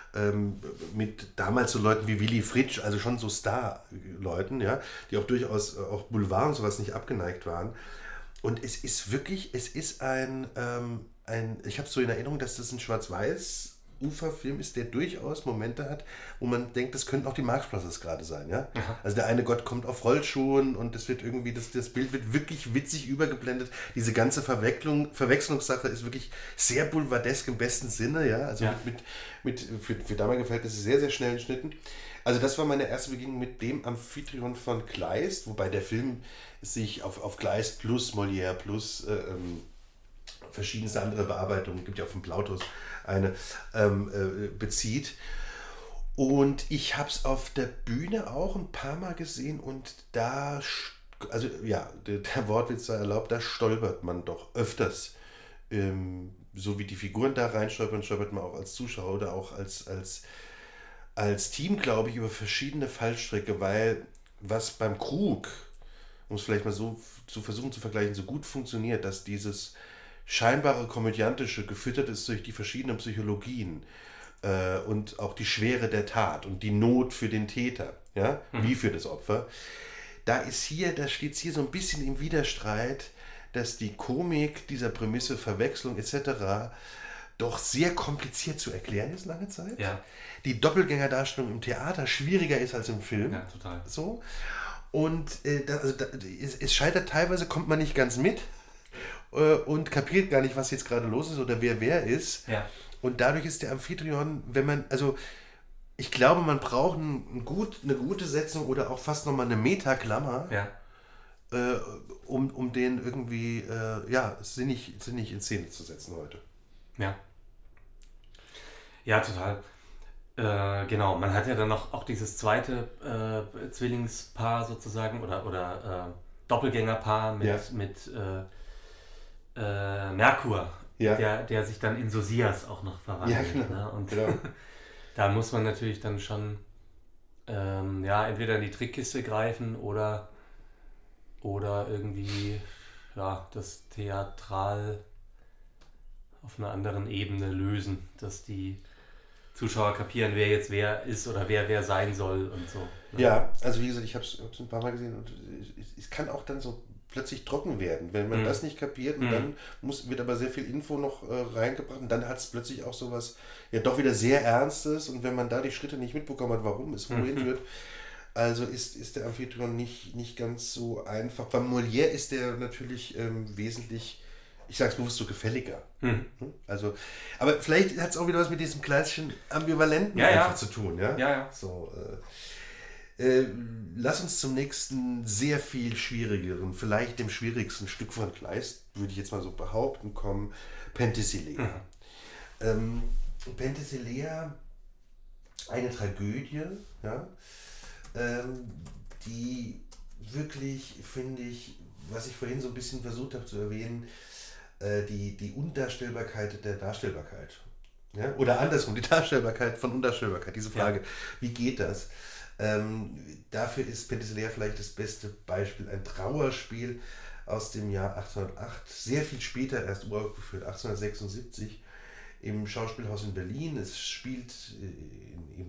Mit damals so Leuten wie Willy Fritsch, also schon so Star-Leuten, ja, die auch durchaus auch Boulevard und sowas nicht abgeneigt waren. Und es ist ein ich habe so in Erinnerung, dass das ein Schwarz-Weiß-Uferfilm ist, der durchaus Momente hat, wo man denkt, das könnten auch die Marx Brothers gerade sein, ja. Also der eine Gott kommt auf Rollschuhen und es wird irgendwie, das Bild wird wirklich witzig übergeblendet. Diese ganze Verwechslungssache ist wirklich sehr boulevardesk im besten Sinne, ja. Also für damalige Verhältnisse sehr, sehr schnell geschnitten. Also das war meine erste Begegnung mit dem Amphitryon von Kleist, wobei der Film sich auf Kleist plus Molière plus verschiedenste andere Bearbeitungen, gibt ja auch von Plautus eine, bezieht. Und ich habe es auf der Bühne auch ein paar Mal gesehen und da, also ja, der Wortwitz sei erlaubt, da stolpert man doch öfters. So wie die Figuren da reinstolpern, stolpert man auch als Zuschauer oder auch als Team, glaube ich, über verschiedene Fallstricke, weil was beim Krug, um es vielleicht mal so zu versuchen zu vergleichen, so gut funktioniert, dass dieses scheinbare Komödiantische gefüttert ist durch die verschiedenen Psychologien und auch die Schwere der Tat und die Not für den Täter, ja, wie für das Opfer. Da steht es hier so ein bisschen im Widerstreit, dass die Komik dieser Prämisse, Verwechslung etc. doch sehr kompliziert zu erklären ist lange Zeit. Ja. Die Doppelgängerdarstellung im Theater schwieriger ist als im Film. Ja, total. So. Und es scheitert teilweise, kommt man nicht ganz mit und kapiert gar nicht, was jetzt gerade los ist oder wer ist. Ja. Und dadurch ist der Amphitryon, ich glaube, man braucht eine gute Setzung oder auch fast nochmal eine Metaklammer, um den irgendwie sinnig in Szene zu setzen heute. Ja. Ja, total. Genau, man hat ja dann noch auch dieses zweite Zwillingspaar sozusagen oder Doppelgängerpaar mit Merkur, der sich dann in Sosias auch noch verwandelt. Ja, genau. Ne? Und genau. Da muss man natürlich dann schon entweder in die Trickkiste greifen oder irgendwie das theatral auf einer anderen Ebene lösen, dass die Zuschauer kapieren, wer jetzt wer ist oder wer sein soll und so. Ne? Ja, also wie gesagt, ich habe es ein paar Mal gesehen und es kann auch dann so plötzlich trocken werden, wenn man das nicht kapiert und dann wird aber sehr viel Info noch reingebracht und dann hat es plötzlich auch sowas, ja doch wieder sehr Ernstes und wenn man da die Schritte nicht mitbekommen hat, warum es wohin führt, also ist der Amphitryon nicht ganz so einfach. Beim Molière ist der natürlich wesentlich, ich sage es bewusst, so gefälliger. Also, aber vielleicht hat es auch wieder was mit diesem klassischen Ambivalenten einfach zu tun. Ja? So, lass uns zum nächsten, sehr viel schwierigeren, vielleicht dem schwierigsten Stück von Kleist, würde ich jetzt mal so behaupten, kommen, Penthesilea. Penthesilea, eine Tragödie, ja, die wirklich, finde ich, was ich vorhin so ein bisschen versucht habe zu erwähnen, die Undarstellbarkeit der Darstellbarkeit. Ja? Oder andersrum, die Darstellbarkeit von Undarstellbarkeit. Diese Frage, wie geht das? Dafür ist Penthesilea vielleicht das beste Beispiel. Ein Trauerspiel aus dem Jahr 1808, sehr viel später erst uraufgeführt, 1876 im Schauspielhaus in Berlin. Es spielt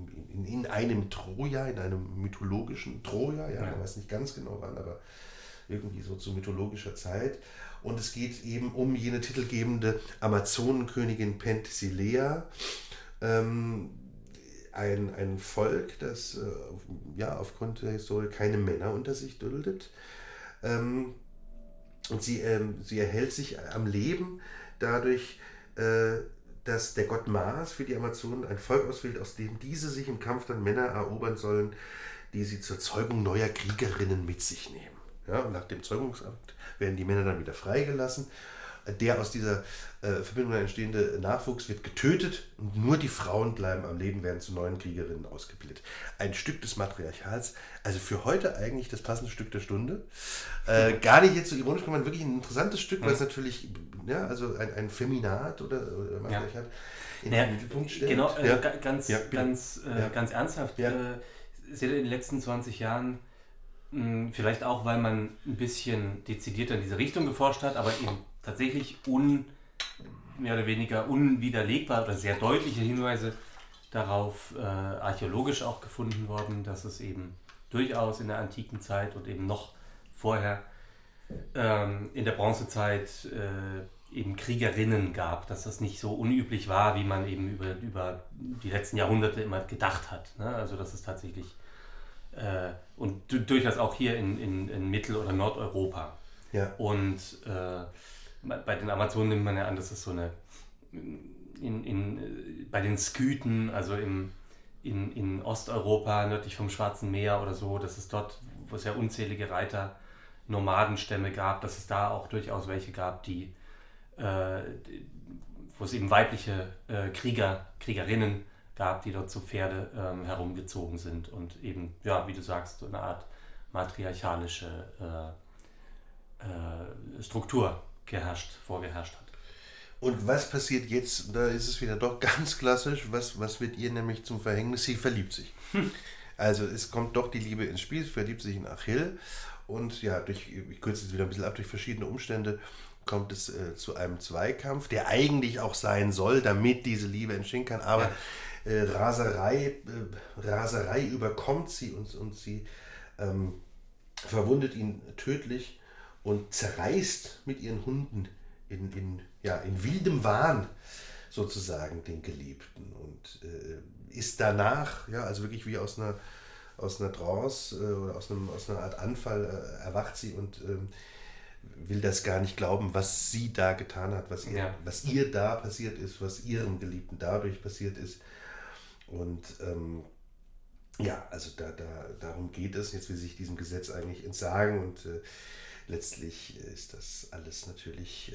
in einem Troja, in einem mythologischen Troja, man weiß nicht ganz genau wann, aber irgendwie so zu mythologischer Zeit. Und es geht eben um jene titelgebende Amazonenkönigin Penthesilea, ein Volk, das aufgrund der Historie keine Männer unter sich duldet. Und sie erhält sich am Leben dadurch, dass der Gott Mars für die Amazonen ein Volk auswählt, aus dem diese sich im Kampf dann Männer erobern sollen, die sie zur Zeugung neuer Kriegerinnen mit sich nehmen. Ja, und nach dem Zeugungsakt werden die Männer dann wieder freigelassen. Der aus dieser Verbindung entstehende Nachwuchs wird getötet und nur die Frauen bleiben am Leben, werden zu neuen Kriegerinnen ausgebildet. Ein Stück des Matriarchats, also für heute eigentlich das passende Stück der Stunde. Gar nicht jetzt so ironisch, sondern wirklich ein interessantes Stück, weil es natürlich also ein Feminat oder Matriarchat in den Mittelpunkt stellt. Genau, ganz ernsthaft. Ist ja in den letzten 20 Jahren, vielleicht auch, weil man ein bisschen dezidierter in diese Richtung geforscht hat, aber eben tatsächlich mehr oder weniger unwiderlegbar oder sehr deutliche Hinweise darauf archäologisch auch gefunden worden, dass es eben durchaus in der antiken Zeit und eben noch vorher in der Bronzezeit eben Kriegerinnen gab, dass das nicht so unüblich war, wie man eben über die letzten Jahrhunderte immer gedacht hat. Ne? Also das ist tatsächlich und durchaus auch hier in Mittel- oder Nordeuropa. Ja. Und bei den Amazonen nimmt man ja an, dass es so eine bei den Skythen, also in Osteuropa, nördlich vom Schwarzen Meer oder so, dass es dort, wo es ja unzählige Reiter, Nomadenstämme gab, dass es da auch durchaus welche gab, wo es eben weibliche Kriegerinnen gab, die dort zu Pferde herumgezogen sind und eben, wie du sagst, so eine Art matriarchalische Struktur vorgeherrscht hat. Und was passiert jetzt? Da ist es wieder doch ganz klassisch. Was wird ihr nämlich zum Verhängnis? Sie verliebt sich. Also es kommt doch die Liebe ins Spiel, sie verliebt sich in Achill und ich kürze es wieder ein bisschen ab, durch verschiedene Umstände kommt es zu einem Zweikampf, der eigentlich auch sein soll, damit diese Liebe entstehen kann, aber Raserei überkommt sie und sie verwundet ihn tödlich und zerreißt mit ihren Hunden in wildem Wahn sozusagen den Geliebten und ist danach, also wirklich wie aus einer Trance oder aus einer Art Anfall erwacht sie und will das gar nicht glauben, was sie da getan hat, was ihr da passiert ist, was ihrem Geliebten dadurch passiert ist. Und also darum geht es. Jetzt will sich diesem Gesetz eigentlich entsagen und letztlich ist das alles natürlich,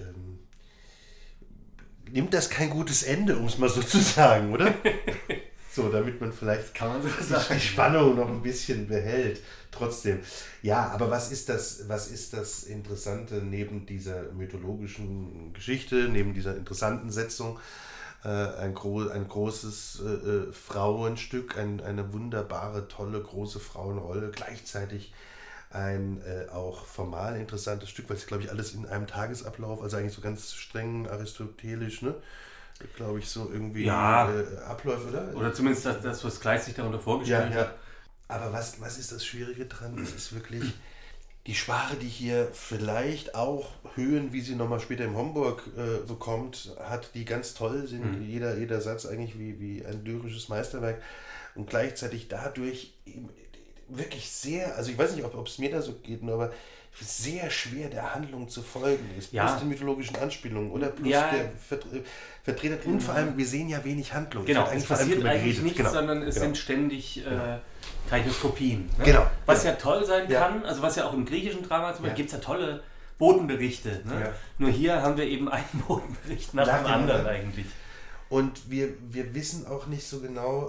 nimmt das kein gutes Ende, um es mal so zu sagen, oder? So, damit man vielleicht die Spannung noch ein bisschen behält. Trotzdem. Ja, aber was ist das Interessante neben dieser mythologischen Geschichte, neben dieser interessanten Setzung? Ein großes Frauenstück, eine wunderbare, tolle, große Frauenrolle, gleichzeitig ein auch formal interessantes Stück, weil es, glaube ich, alles in einem Tagesablauf, also eigentlich so ganz streng aristotelisch, ne? Glaube ich, so irgendwie abläuft, oder? Oder zumindest das, was Kleist sich darunter vorgestellt hat. Aber was ist das Schwierige dran? Es ist wirklich die Sprache, die hier vielleicht auch Höhen, wie sie nochmal später in Homburg bekommt, hat, die ganz toll sind. Jeder Satz eigentlich wie ein lyrisches Meisterwerk und gleichzeitig dadurch wirklich sehr, also ich weiß nicht, ob es mir da so geht, aber sehr schwer der Handlung zu folgen ist. Plus den mythologischen Anspielungen oder plus der Vertreter. Und vor allem, wir sehen ja wenig Handlung. Genau, es passiert eigentlich nichts, sondern es sind ständig Kainoskopien. Ne? Genau. Was ja toll sein kann, also was ja auch im griechischen Drama zum Beispiel gibt es ja tolle Botenberichte. Ne? Ja. Nur hier haben wir eben einen Botenbericht nach dem anderen eigentlich. Und wir wissen auch nicht so genau,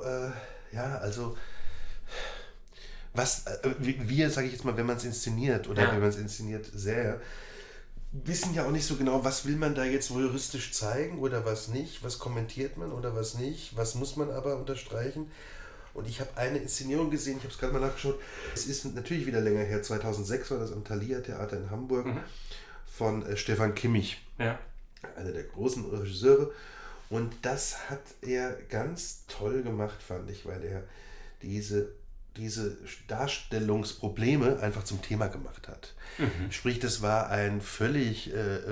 was wir, sage ich jetzt mal, wenn man es inszeniert oder wenn man es inszeniert sähe, wissen ja auch nicht so genau, was will man da jetzt voyeuristisch zeigen oder was nicht, was kommentiert man oder was nicht, was muss man aber unterstreichen. Und ich habe eine Inszenierung gesehen, ich habe es gerade mal nachgeschaut, es ist natürlich wieder länger her, 2006 war das am Thalia Theater in Hamburg von Stefan Kimmich, einer der großen Regisseure. Und das hat er ganz toll gemacht, fand ich, weil er diese Darstellungsprobleme einfach zum Thema gemacht hat. Sprich, das war ein völlig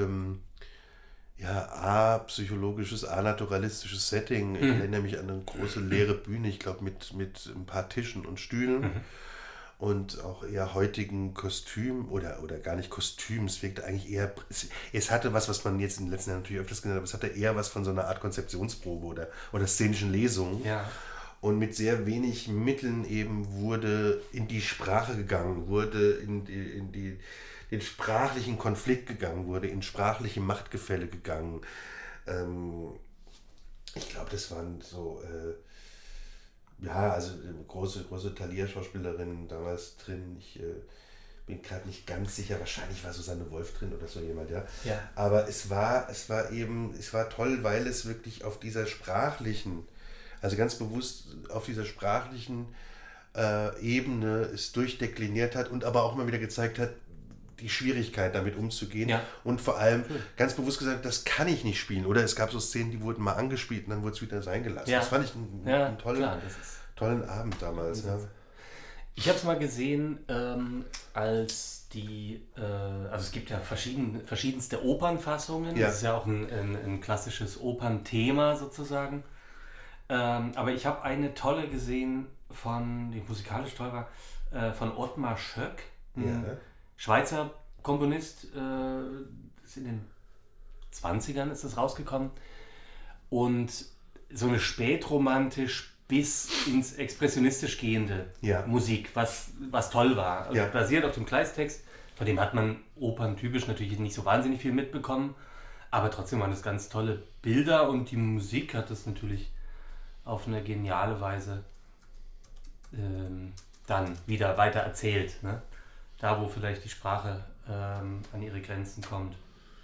apsychologisches, naturalistisches Setting. Ich erinnere mich an eine große leere Bühne, ich glaube mit ein paar Tischen und Stühlen und auch eher heutigen Kostüm oder gar nicht Kostüm. Es wirkte eigentlich eher, es hatte was man jetzt in den letzten Jahren natürlich öfters genannt hat, aber es hatte eher was von so einer Art Konzeptionsprobe oder szenischen Lesung. Ja. Und mit sehr wenig Mitteln eben wurde in die Sprache gegangen, wurde in den sprachlichen Konflikt gegangen, wurde in sprachliche Machtgefälle gegangen. Ich glaube, das waren so, große Thalia-Schauspielerinnen damals drin. Ich bin gerade nicht ganz sicher, wahrscheinlich war Susanne Wolf drin oder so jemand, ja. Aber es war toll, weil es wirklich auf dieser sprachlichen, also ganz bewusst auf dieser sprachlichen Ebene es durchdekliniert hat und aber auch mal wieder gezeigt hat, die Schwierigkeit damit umzugehen und vor allem ganz bewusst gesagt, das kann ich nicht spielen. Oder es gab so Szenen, die wurden mal angespielt und dann wurde es wieder sein gelassen. Das fand ich einen tollen Abend damals. Ja. Ich habe es mal gesehen, als also es gibt ja verschiedenste Opernfassungen. Das ist ja auch ein klassisches Opernthema sozusagen. Aber ich habe eine tolle gesehen, die musikalisch toll war, von Ottmar Schöck. Schweizer Komponist, in den 20ern ist das rausgekommen und so eine spätromantisch bis ins expressionistisch gehende Musik, was toll war. Also basiert auf dem Kleistext, von dem hat man operntypisch natürlich nicht so wahnsinnig viel mitbekommen, aber trotzdem waren das ganz tolle Bilder und die Musik hat das natürlich auf eine geniale Weise dann wieder weiter erzählt, ne? Da, wo vielleicht die Sprache an ihre Grenzen kommt.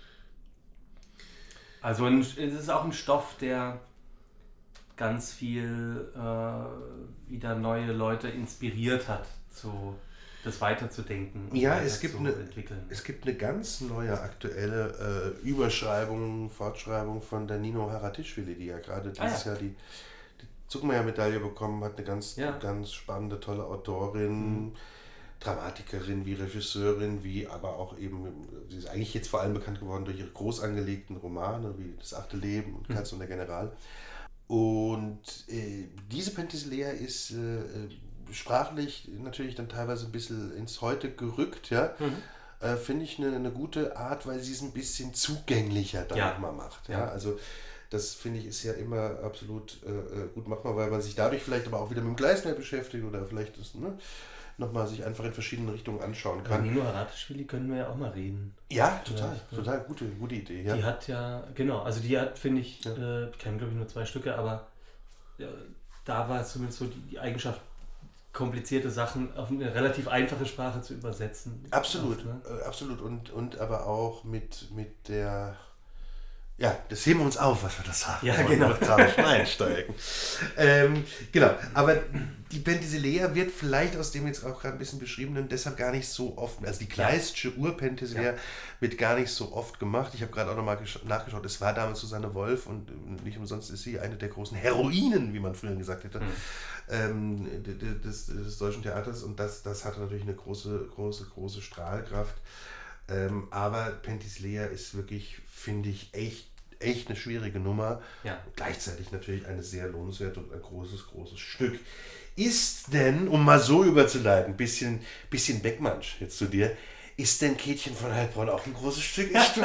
Also es ist auch ein Stoff, der ganz viel wieder neue Leute inspiriert hat, das weiterzudenken und weiterzuentwickeln. Es gibt eine ganz neue aktuelle Fortschreibung von der Nino Haratischvili, die ja gerade dieses Jahr die Zuckmeier-Medaille bekommen hat. Eine ganz spannende, tolle Autorin, Dramatikerin, wie Regisseurin, wie aber auch eben, sie ist eigentlich jetzt vor allem bekannt geworden durch ihre groß angelegten Romane, wie Das 8. Leben und Katz und der General. Und diese Penthesilea ist sprachlich natürlich dann teilweise ein bisschen ins Heute gerückt, finde ich eine gute Art, weil sie es ein bisschen zugänglicher dann nochmal macht. Ja? Also das finde ich ist ja immer absolut gut machbar, weil man sich dadurch vielleicht aber auch wieder mit dem Gleisner beschäftigt oder vielleicht ist, nochmal sich einfach in verschiedenen Richtungen anschauen kann. Nino Haratischvili können wir ja auch mal reden. Ja, total gute Idee. Ja. Die hat finde ich, ich kenne glaube ich nur 2 Stücke, aber da war es zumindest so die Eigenschaft, komplizierte Sachen auf eine relativ einfache Sprache zu übersetzen. Absolut, absolut. Und aber auch mit der... Ja, das heben wir uns auf, was wir das haben. Ja, genau. Einsteigen. Genau, aber die Penthesilea wird vielleicht aus dem jetzt auch gerade ein bisschen beschriebenen deshalb gar nicht so oft, also die Kleistsche Ur-Penthesilea wird gar nicht so oft gemacht. Ich habe gerade auch nochmal nachgeschaut, es war damals Susanne Wolf und nicht umsonst ist sie eine der großen Heroinen, wie man früher gesagt hätte, des deutschen Theaters und das hatte natürlich eine große Strahlkraft. Aber Penthesilea ist wirklich, finde ich, echt eine schwierige Nummer. Ja. Gleichzeitig natürlich eine sehr lohnenswerte und ein großes Stück. Ist denn, um mal so überzuleiten, bisschen Beckmannsch jetzt zu dir, ist denn Käthchen von Heilbronn auch ein großes Stück?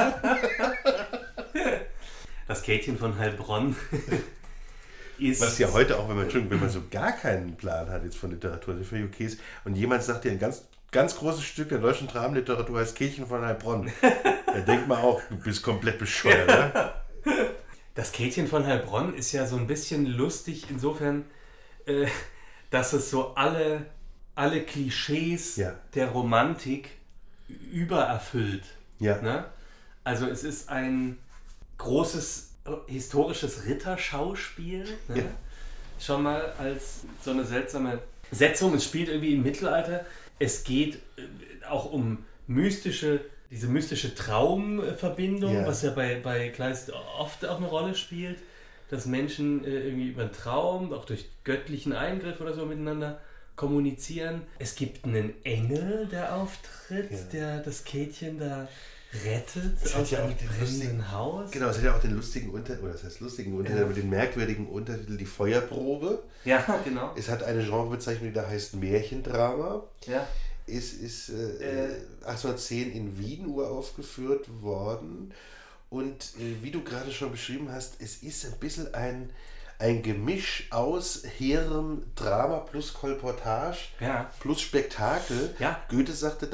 Das Käthchen von Heilbronn ist... Was ja heute auch, wenn man so gar keinen Plan hat jetzt von Literatur, das für okay ist, und jemand sagt dir ein ganz großes Stück der deutschen Dramenliteratur heißt Käthchen von Heilbronn. Da denkt man auch, du bist komplett bescheuert, ne? Das Käthchen von Heilbronn ist ja so ein bisschen lustig insofern, dass es so alle Klischees der Romantik übererfüllt. Ja. Ne? Also es ist ein großes historisches Ritterschauspiel. Ne? Ja. Schon mal als so eine seltsame Setzung. Es spielt irgendwie im Mittelalter. Es geht auch um diese mystische Traumverbindung, was ja bei Kleist oft auch eine Rolle spielt, dass Menschen irgendwie über einen Traum, auch durch göttlichen Eingriff oder so miteinander kommunizieren. Es gibt einen Engel, der auftritt, der das Käthchen da rettet aus einem brennenden Haus. Genau, es hat ja auch den lustigen Untertitel, mit den merkwürdigen Untertitel, die Feuerprobe. Ja, genau. Es hat eine Genrebezeichnung, die da heißt Märchendrama. Ja. Es ist 1810 in Wien uraufgeführt worden. Und wie du gerade schon beschrieben hast, es ist ein bisschen ein Gemisch aus hehrem Drama plus Kolportage plus Spektakel. Ja. Goethe sagte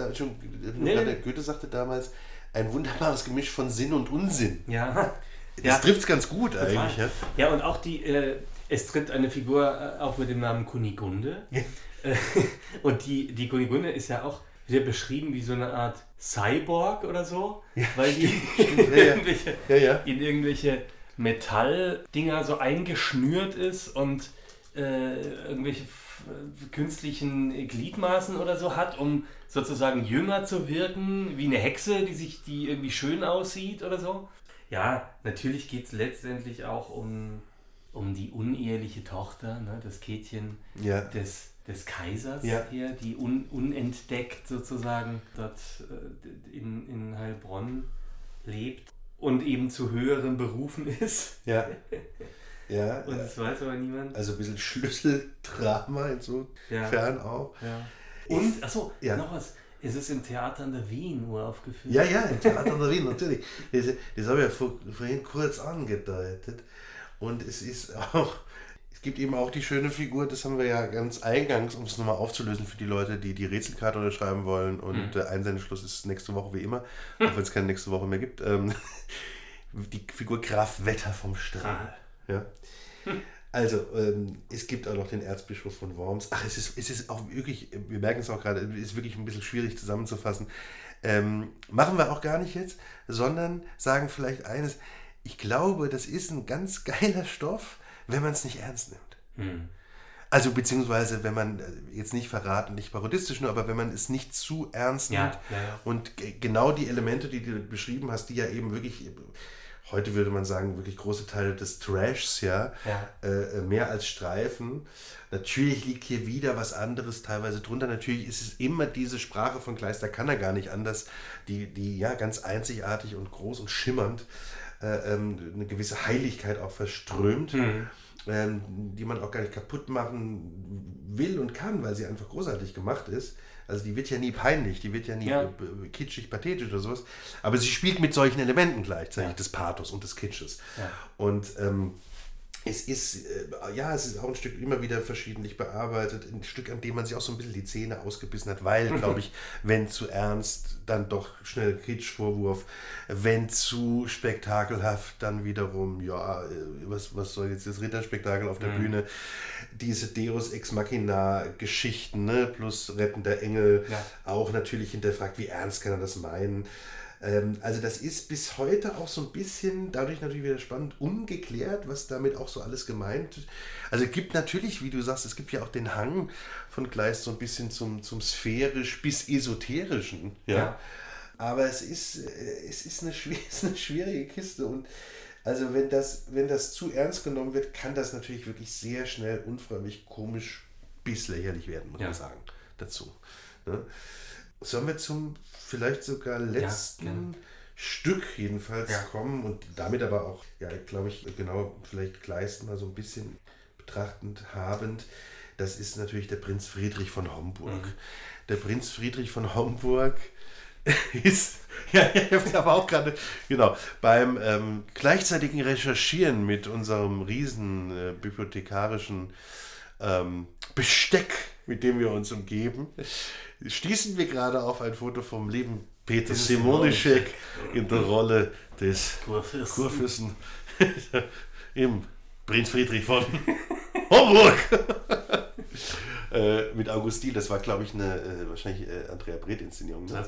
damals, ein wunderbares Gemisch von Sinn und Unsinn. Ja. Das trifft es ganz gut total. eigentlich. Ja, ja, und auch es tritt eine Figur auf mit dem Namen Kunigunde. Ja. Und die Kunigunde ist ja auch wieder beschrieben wie so eine Art Cyborg oder so, weil die in irgendwelche Metalldinger so eingeschnürt ist und irgendwelche künstlichen Gliedmaßen oder so hat, um sozusagen jünger zu wirken, wie eine Hexe, die irgendwie schön aussieht oder so. Ja, natürlich geht es letztendlich auch um die uneheliche Tochter, ne, das Käthchen des Kaisers hier, die unentdeckt sozusagen dort in Heilbronn lebt und eben zu höheren Berufen ist. Ja. Ja. Und das weiß aber niemand. Also ein bisschen Schlüsseldrama insofern auch. Ja. Und, noch was. Es ist im Theater an der Wien uraufgeführt. Ja, im Theater an der Wien, natürlich. Das habe ich ja vorhin kurz angedeutet. Und es gibt eben auch die schöne Figur, das haben wir ja ganz eingangs, um es nochmal aufzulösen für die Leute, die die Rätselkarte unterschreiben wollen. Und Einsendeschluss ist nächste Woche wie immer, auch wenn es keine nächste Woche mehr gibt. Die Figur Graf Wetter vom Strahl. Ja. Also, es gibt auch noch den Erzbischof von Worms. Ach, es ist auch wirklich, wir merken es auch gerade, es ist wirklich ein bisschen schwierig zusammenzufassen. Machen wir auch gar nicht jetzt, sondern sagen vielleicht eines, ich glaube, das ist ein ganz geiler Stoff, wenn man es nicht ernst nimmt. Also beziehungsweise, wenn man jetzt nicht verraten, nicht parodistisch nur, aber wenn man es nicht zu ernst nimmt und genau die Elemente, die du beschrieben hast, die ja eben wirklich... Heute würde man sagen, wirklich große Teile des Trashs, mehr als Streifen. Natürlich liegt hier wieder was anderes teilweise drunter. Natürlich ist es immer diese Sprache von Kleist, da kann er gar nicht anders, die ganz einzigartig und groß und schimmernd eine gewisse Heiligkeit auch verströmt, die man auch gar nicht kaputt machen will und kann, weil sie einfach großartig gemacht ist. Also die wird ja nie peinlich, die wird ja nie kitschig, pathetisch oder sowas. Aber sie spielt mit solchen Elementen gleichzeitig, des Pathos und des Kitsches. Ja. Und es ist auch ein Stück immer wieder verschiedentlich bearbeitet, ein Stück, an dem man sich auch so ein bisschen die Zähne ausgebissen hat, weil, glaube ich, wenn zu ernst, dann doch schnell Kitschvorwurf, wenn zu spektakelhaft, dann wiederum, was soll jetzt das Ritterspektakel auf der Bühne, diese Deus Ex Machina Geschichten, ne, plus rettender Engel, auch natürlich hinterfragt, wie ernst kann er das meinen. Also das ist bis heute auch so ein bisschen, dadurch natürlich wieder spannend, ungeklärt, was damit auch so alles gemeint ist. Also es gibt natürlich, wie du sagst, es gibt ja auch den Hang von Kleist so ein bisschen zum sphärisch bis esoterischen. Ja. Aber es ist eine schwierige Kiste und also wenn das zu ernst genommen wird, kann das natürlich wirklich sehr schnell unfreundlich, komisch bis lächerlich werden, muss man sagen, dazu. Ne? Sollen wir zum vielleicht sogar letzten Stück jedenfalls kommen und damit aber auch, glaube ich, genau, vielleicht Kleist mal so ein bisschen betrachtend habend. Das ist natürlich der Prinz Friedrich von Homburg. Der Prinz Friedrich von Homburg ist, aber auch gerade, beim gleichzeitigen Recherchieren mit unserem riesen bibliothekarischen Besteck, mit dem wir uns umgeben, stießen wir gerade auf ein Foto vom lieben Peter Simonischek in der Rolle des Kurfürsten im Prinz Friedrich von Homburg. Mit Augustin, das war, glaube ich, eine wahrscheinlich Andrea Breth-Inszenierung. Ne?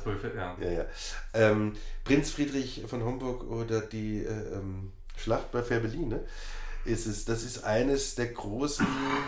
Prinz Friedrich von Homburg oder die Schlacht bei Fehrbellin, ne? Das ist eines der großen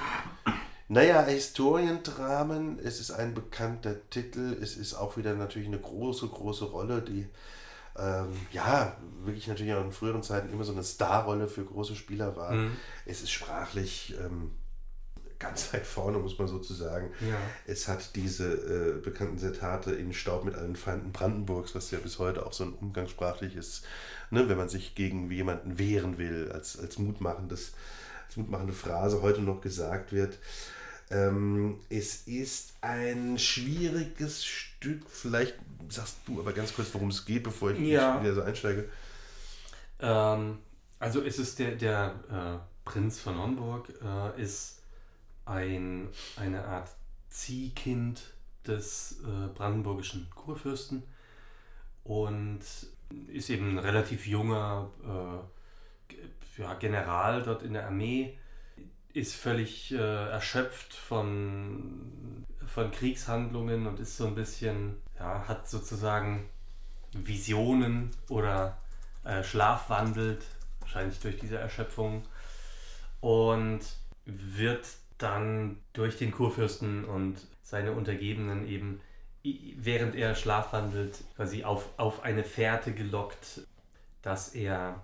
Historiendramen. Es ist ein bekannter Titel. Es ist auch wieder natürlich eine große, große Rolle, die wirklich natürlich auch in früheren Zeiten immer so eine Starrolle für große Spieler war. Es ist sprachlich ganz weit vorne, muss man sozusagen. Ja. Es hat diese bekannten Zitate in Staub mit allen Feinden Brandenburgs, was ja bis heute auch so ein umgangssprachliches, ne, wenn man sich gegen jemanden wehren will, als mutmachende Phrase heute noch gesagt wird. Es ist ein schwieriges Stück, vielleicht sagst du aber ganz kurz, worum es geht, bevor ich wieder so einsteige. Also es ist der Prinz von Homburg, ist eine Art Ziehkind des brandenburgischen Kurfürsten und ist eben ein relativ junger General dort in der Armee, ist völlig erschöpft von Kriegshandlungen und ist so ein bisschen, hat sozusagen Visionen oder schlafwandelt, wahrscheinlich durch diese Erschöpfung, und wird dann durch den Kurfürsten und seine Untergebenen eben, während er schlafwandelt, quasi auf eine Fährte gelockt, dass er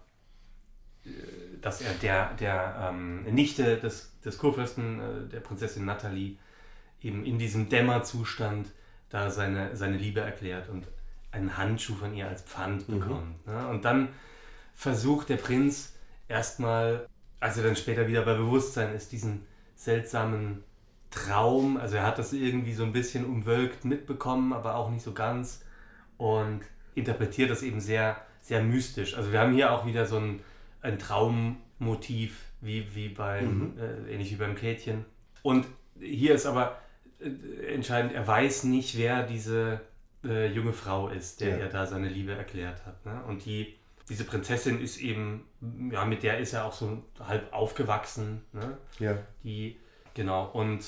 der Nichte des Kurfürsten, der Prinzessin Natalie, eben in diesem Dämmerzustand da seine Liebe erklärt und einen Handschuh von ihr als Pfand bekommt. Ne? Und dann versucht der Prinz erstmal, als er dann später wieder bei Bewusstsein ist, diesen seltsamen Traum, also er hat das irgendwie so ein bisschen umwölkt mitbekommen, aber auch nicht so ganz, und interpretiert das eben sehr, sehr mystisch. Also wir haben hier auch wieder so ein Traummotiv, wie beim, ähnlich wie beim Käthchen. Und hier ist aber entscheidend, er weiß nicht, wer diese junge Frau ist, der er da seine Liebe erklärt hat. Ne? Und diese Prinzessin ist eben, mit der ist er auch so halb aufgewachsen. Ne? Ja. Genau. Und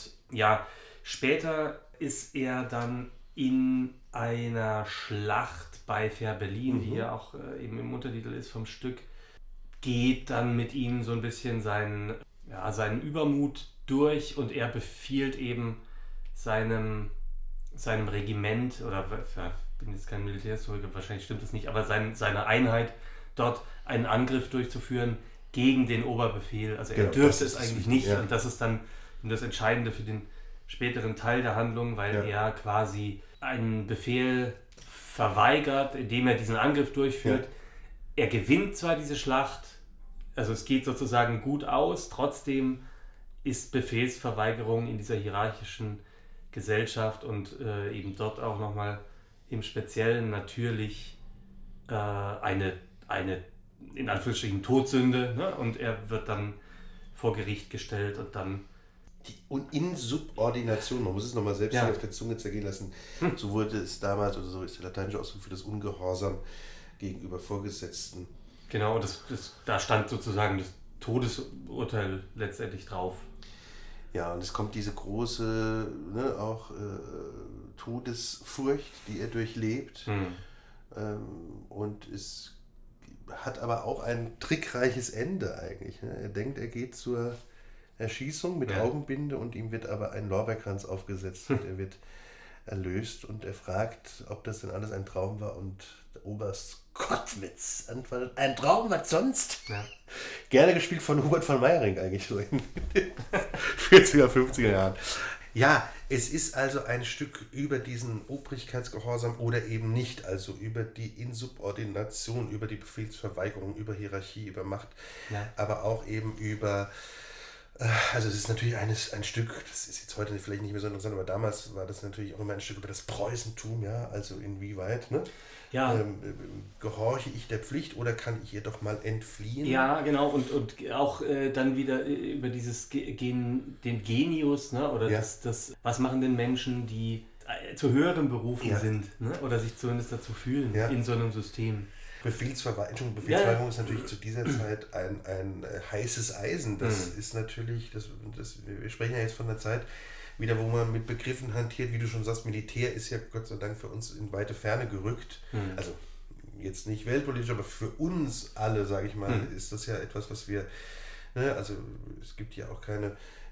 später ist er dann in einer Schlacht bei Fehrbellin, die ja auch eben im Untertitel ist vom Stück, geht dann mit ihm so ein bisschen seinen Übermut durch, und er befiehlt eben seinem Regiment, oder ich bin jetzt kein Militärhistoriker, wahrscheinlich stimmt das nicht, aber seine Einheit dort einen Angriff durchzuführen gegen den Oberbefehl. Also er dürfte es eigentlich nicht, und das ist dann das Entscheidende für den späteren Teil der Handlung, weil er quasi einen Befehl verweigert, indem er diesen Angriff durchführt. Er gewinnt zwar diese Schlacht, also es geht sozusagen gut aus, trotzdem ist Befehlsverweigerung in dieser hierarchischen Gesellschaft und eben dort auch nochmal im Speziellen natürlich eine in Anführungsstrichen Todsünde, ne? Und er wird dann vor Gericht gestellt und dann Und Insubordination, man muss es nochmal selbst auf der Zunge zergehen lassen, so wurde es damals, oder so ist der lateinische Ausdruck für das Ungehorsam gegenüber Vorgesetzten. Genau, da stand sozusagen das Todesurteil letztendlich drauf. Ja, und es kommt diese große, Todesfurcht, die er durchlebt. Und es hat aber auch ein trickreiches Ende eigentlich. Ne? Er denkt, er geht zur Erschießung mit Augenbinde, und ihm wird aber ein Lorbeerkranz aufgesetzt und er wird erlöst, und er fragt, ob das denn alles ein Traum war, und der Oberst Kottwitz antwortet, ein Traum, was sonst? Ja. Gerne gespielt von Hubert von Meyering eigentlich so in den 40er, 50er Jahren. Ja, es ist also ein Stück über diesen Obrigkeitsgehorsam oder eben nicht, also über die Insubordination, über die Befehlsverweigerung, über Hierarchie, über Macht, aber auch eben über, also es ist natürlich ein Stück, das ist jetzt heute vielleicht nicht mehr so interessant, aber damals war das natürlich auch immer ein Stück über das Preußentum, also inwieweit, ne? Gehorche ich der Pflicht oder kann ich ihr doch mal entfliehen? Ja, genau, und auch dann wieder über dieses den Genius, ne? Oder das, was machen denn Menschen, die zu höheren Berufen sind, ne? Oder sich zumindest dazu fühlen in so einem System. Befehlsverweigerung ist natürlich zu dieser Zeit ein heißes Eisen. Das ist natürlich, wir sprechen ja jetzt von der Zeit, wieder, wo man mit Begriffen hantiert, wie du schon sagst, Militär ist ja Gott sei Dank für uns in weite Ferne gerückt. Also jetzt nicht weltpolitisch, aber für uns alle, sage ich mal, ist das ja etwas, was wir, also es gibt ja auch keine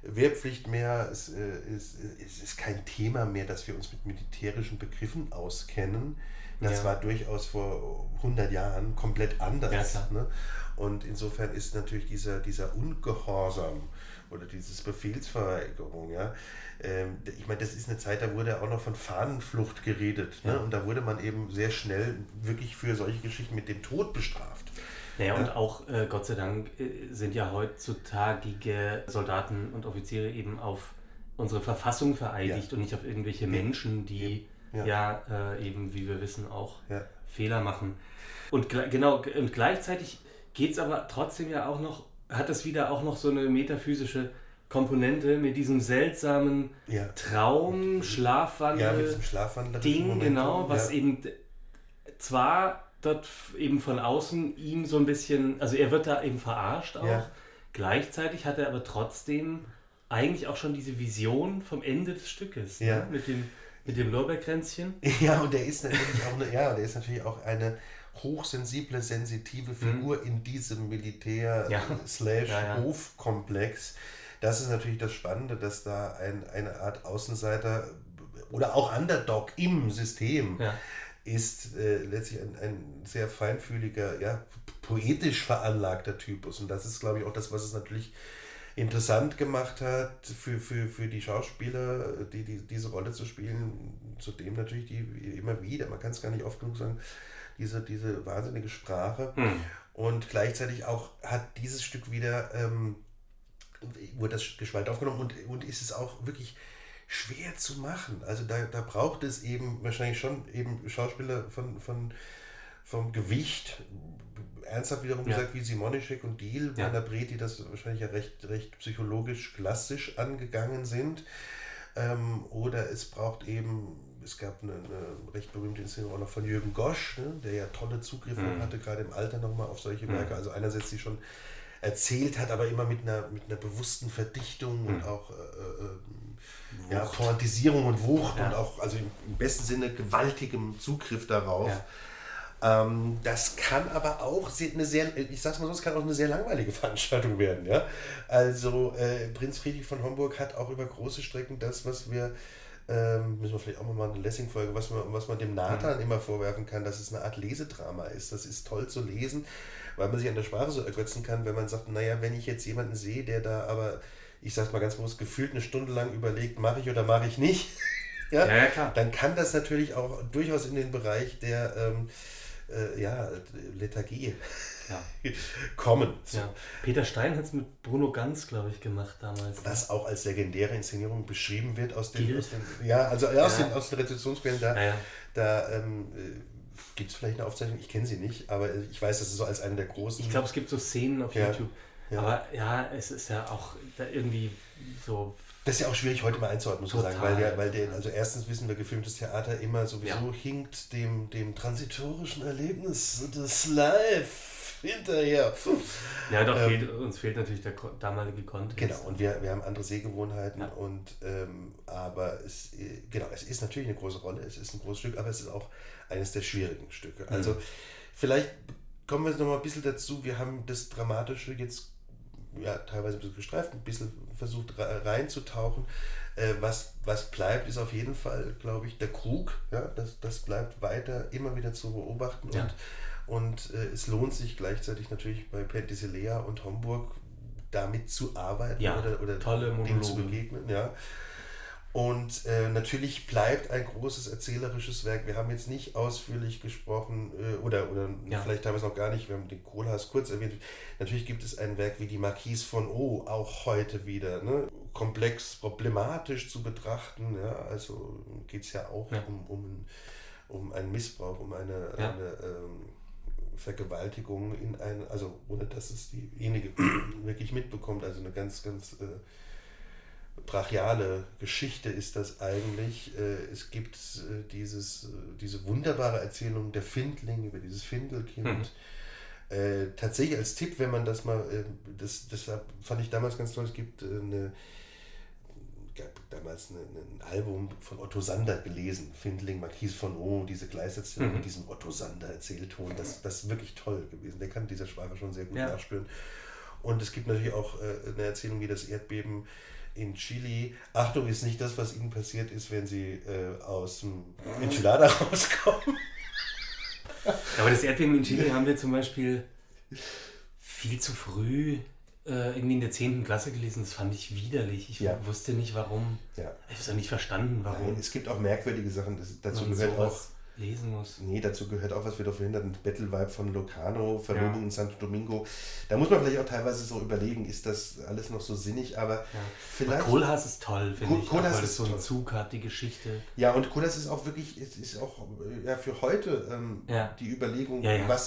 Wehrpflicht mehr, es ist kein Thema mehr, dass wir uns mit militärischen Begriffen auskennen. Das war durchaus vor 100 Jahren komplett anders. Ja, ne? Und insofern ist natürlich dieser Ungehorsam oder diese Befehlsverweigerung, ja, ich meine, das ist eine Zeit, da wurde auch noch von Fahnenflucht geredet. Ne? Und da wurde man eben sehr schnell wirklich für solche Geschichten mit dem Tod bestraft. Naja, und auch, Gott sei Dank, sind ja heutzutage Soldaten und Offiziere eben auf unsere Verfassung vereidigt und nicht auf irgendwelche Menschen, die eben, wie wir wissen, auch Fehler machen. Und und gleichzeitig geht es aber trotzdem ja auch noch, hat es wieder auch noch so eine metaphysische Komponente mit diesem seltsamen Traum, Schlafwandel, mit diesem Schlafwandlerischen Ding, Momentum, genau, was eben zwar dort eben von außen ihm so ein bisschen, also er wird da eben verarscht auch, gleichzeitig hat er aber trotzdem eigentlich auch schon diese Vision vom Ende des Stückes, ne? Mit dem Lorbeerkränzchen. Ja, und der ist natürlich auch eine hochsensible, sensitive Figur in diesem Militär-Hofkomplex. Das ist natürlich das Spannende, dass da eine Art Außenseiter oder auch Underdog im System ist letztlich ein sehr feinfühliger, poetisch veranlagter Typus. Und das ist, glaube ich, auch das, was es natürlich interessant gemacht hat für die Schauspieler, diese Rolle zu spielen. Zudem natürlich die immer wieder, man kann es gar nicht oft genug sagen, diese wahnsinnige Sprache. Und gleichzeitig auch hat dieses Stück wieder, wurde das Geschwalt aufgenommen und ist es auch wirklich schwer zu machen. Also da braucht es eben wahrscheinlich schon eben Schauspieler vom Gewicht, ernsthaft wiederum gesagt, wie Simonischek und Diehl, Werner Breth, die das wahrscheinlich ja recht psychologisch klassisch angegangen sind. Oder es braucht eben, es gab eine recht berühmte Inszenierung auch noch von Jürgen Gosch, ne, der ja tolle Zugriffe hatte, gerade im Alter nochmal auf solche Werke. Also einerseits die schon erzählt hat, aber immer mit einer bewussten Verdichtung und auch Pointisierung und Wucht und auch, also im besten Sinne, gewaltigem Zugriff darauf. Das kann aber auch ich sag's mal so, es kann auch eine sehr langweilige Veranstaltung werden. Ja? Also Prinz Friedrich von Homburg hat auch über große Strecken das, was wir, müssen wir vielleicht auch mal eine Lessing-Folge, was man dem Nathan immer vorwerfen kann, dass es eine Art Lesedrama ist. Das ist toll zu lesen, weil man sich an der Sprache so ergötzen kann, wenn man sagt, naja, wenn ich jetzt jemanden sehe, der da aber, ich sag's mal ganz bewusst, gefühlt eine Stunde lang überlegt, mache ich oder mache ich nicht, klar. Dann kann das natürlich auch durchaus in den Bereich der Lethargie kommen. So. Ja. Peter Stein hat es mit Bruno Ganz, glaube ich, gemacht damals. Was auch als legendäre Inszenierung beschrieben wird aus den Rezeptionsquellen. Da gibt es vielleicht eine Aufzeichnung, ich kenne sie nicht, aber ich weiß, dass es so als eine der großen... Ich glaube, es gibt so Szenen auf YouTube. Ja. Aber es ist ja auch da irgendwie so... Das ist ja auch schwierig heute mal einzuordnen, muss man sagen, weil erstens wissen wir, gefilmtes Theater immer sowieso hinkt dem transitorischen Erlebnis des Live hinterher. Ja, doch, uns fehlt natürlich der damalige Kontext. Genau, und wir haben andere Sehgewohnheiten, aber es ist natürlich eine große Rolle, es ist ein großes Stück, aber es ist auch eines der schwierigen Stücke. Also vielleicht kommen wir jetzt noch mal ein bisschen dazu, wir haben das Dramatische jetzt teilweise ein bisschen gestreift, ein bisschen versucht reinzutauchen. Was bleibt, ist auf jeden Fall, glaube ich, der Krug. Ja, das bleibt weiter immer wieder zu beobachten und es lohnt sich gleichzeitig natürlich bei Penthesilea und Homburg damit zu arbeiten oder dem zu begegnen. Ja. Und natürlich bleibt ein großes erzählerisches Werk. Wir haben jetzt nicht ausführlich gesprochen oder vielleicht teilweise noch gar nicht, wir haben den Kohlhaas kurz erwähnt. Natürlich gibt es ein Werk wie die Marquise von O, auch heute wieder, ne? Komplex, problematisch zu betrachten. Ja? Also geht es ja auch um einen Missbrauch, um eine Vergewaltigung also ohne dass es diejenige wirklich mitbekommt. Also eine ganz, ganz... brachiale Geschichte ist das eigentlich. Es gibt diese wunderbare Erzählung der Findling über dieses Findelkind. Tatsächlich als Tipp, wenn man das mal, das fand ich damals ganz toll, es gab damals ein Album von Otto Sander gelesen, Findling, Marquise von O, diese Gleiserzählung mit diesem Otto Sander Erzählton, das ist wirklich toll gewesen. Der kann dieser Sprache schon sehr gut nachspüren. Und es gibt natürlich auch eine Erzählung wie das Erdbeben in Chile, Achtung, ist nicht das, was ihnen passiert ist, wenn sie aus dem Enchilada rauskommen. Aber das Erdbeben in Chile haben wir zum Beispiel viel zu früh irgendwie in der 10. Klasse gelesen. Das fand ich widerlich. Ich wusste nicht, warum. Ja. Ich habe es auch nicht verstanden, warum. Nein, es gibt auch merkwürdige Sachen. Dazu man gehört auch lesen muss. Nee, dazu gehört auch, was wir doch verhindern, Battle Vibe von Locarno, Verlobung in Santo Domingo. Da muss man vielleicht auch teilweise so überlegen, ist das alles noch so sinnig, aber vielleicht... Kohlhaas ist toll, finde ich, Kohlhaas weil ist es so einen toll. Zug hat, die Geschichte. Ja, und Kohlhaas ist auch wirklich, ist auch für heute die Überlegung,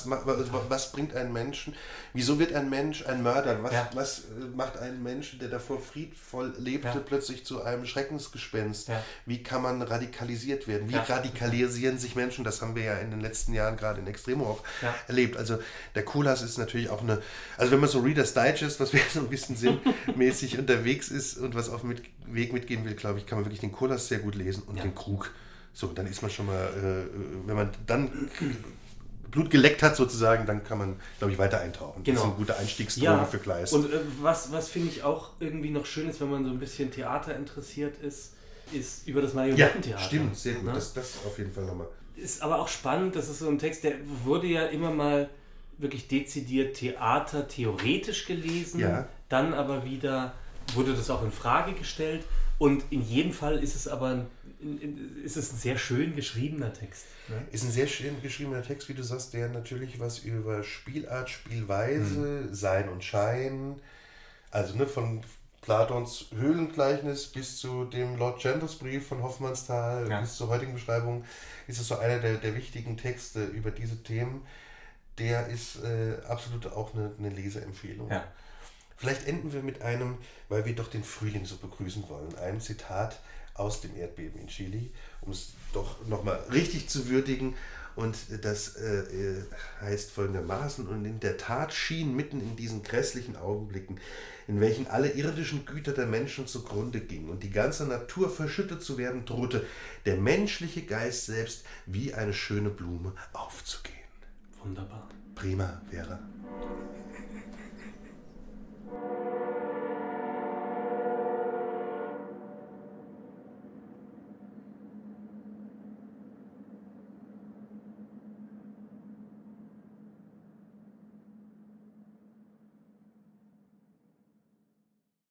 was bringt einen Menschen, wieso wird ein Mensch ein Mörder, was macht einen Menschen, der davor friedvoll lebte, plötzlich zu einem Schreckensgespenst, wie kann man radikalisiert werden, wie radikalisieren sich Menschen, das haben wir ja in den letzten Jahren gerade in Extremo auch erlebt. Also der Kohlhaas ist natürlich auch also wenn man so Reader's Digest, was wir so ein bisschen sinnmäßig unterwegs ist und was auf dem Weg mitgehen will, glaube ich, kann man wirklich den Kohlhaas sehr gut lesen und den Krug. So, dann ist man schon mal, wenn man dann Blut geleckt hat sozusagen, dann kann man, glaube ich, weiter eintauchen. Genau. Das ist eine gute Einstiegsdroge für Kleist. Und was finde ich auch irgendwie noch schön ist, wenn man so ein bisschen Theater interessiert ist über das Marionettentheater. Ja, stimmt, sehr gut. Das auf jeden Fall nochmal. Ist aber auch spannend, das ist so ein Text, der wurde ja immer mal wirklich dezidiert Theater theoretisch gelesen, dann aber wieder wurde das auch in Frage gestellt und in jedem Fall ist es aber ein sehr schön geschriebener Text. Ne? Ist ein sehr schön geschriebener Text, wie du sagst, der natürlich was über Spielart, Spielweise, Sein und Schein, also von Platons Höhlengleichnis bis zu dem Lord Chandos Brief von Hoffmannsthal bis zur heutigen Beschreibung ist es so einer der wichtigen Texte über diese Themen. Der ist absolut auch eine Leseempfehlung. Ja. Vielleicht enden wir mit einem, weil wir doch den Frühling so begrüßen wollen, einem Zitat aus dem Erdbeben in Chile, um es doch nochmal richtig zu würdigen. Und das heißt folgendermaßen: Und in der Tat schien mitten in diesen grässlichen Augenblicken, in welchen alle irdischen Güter der Menschen zugrunde gingen und die ganze Natur verschüttet zu werden drohte, der menschliche Geist selbst wie eine schöne Blume aufzugehen. Wunderbar. Prima, Vera.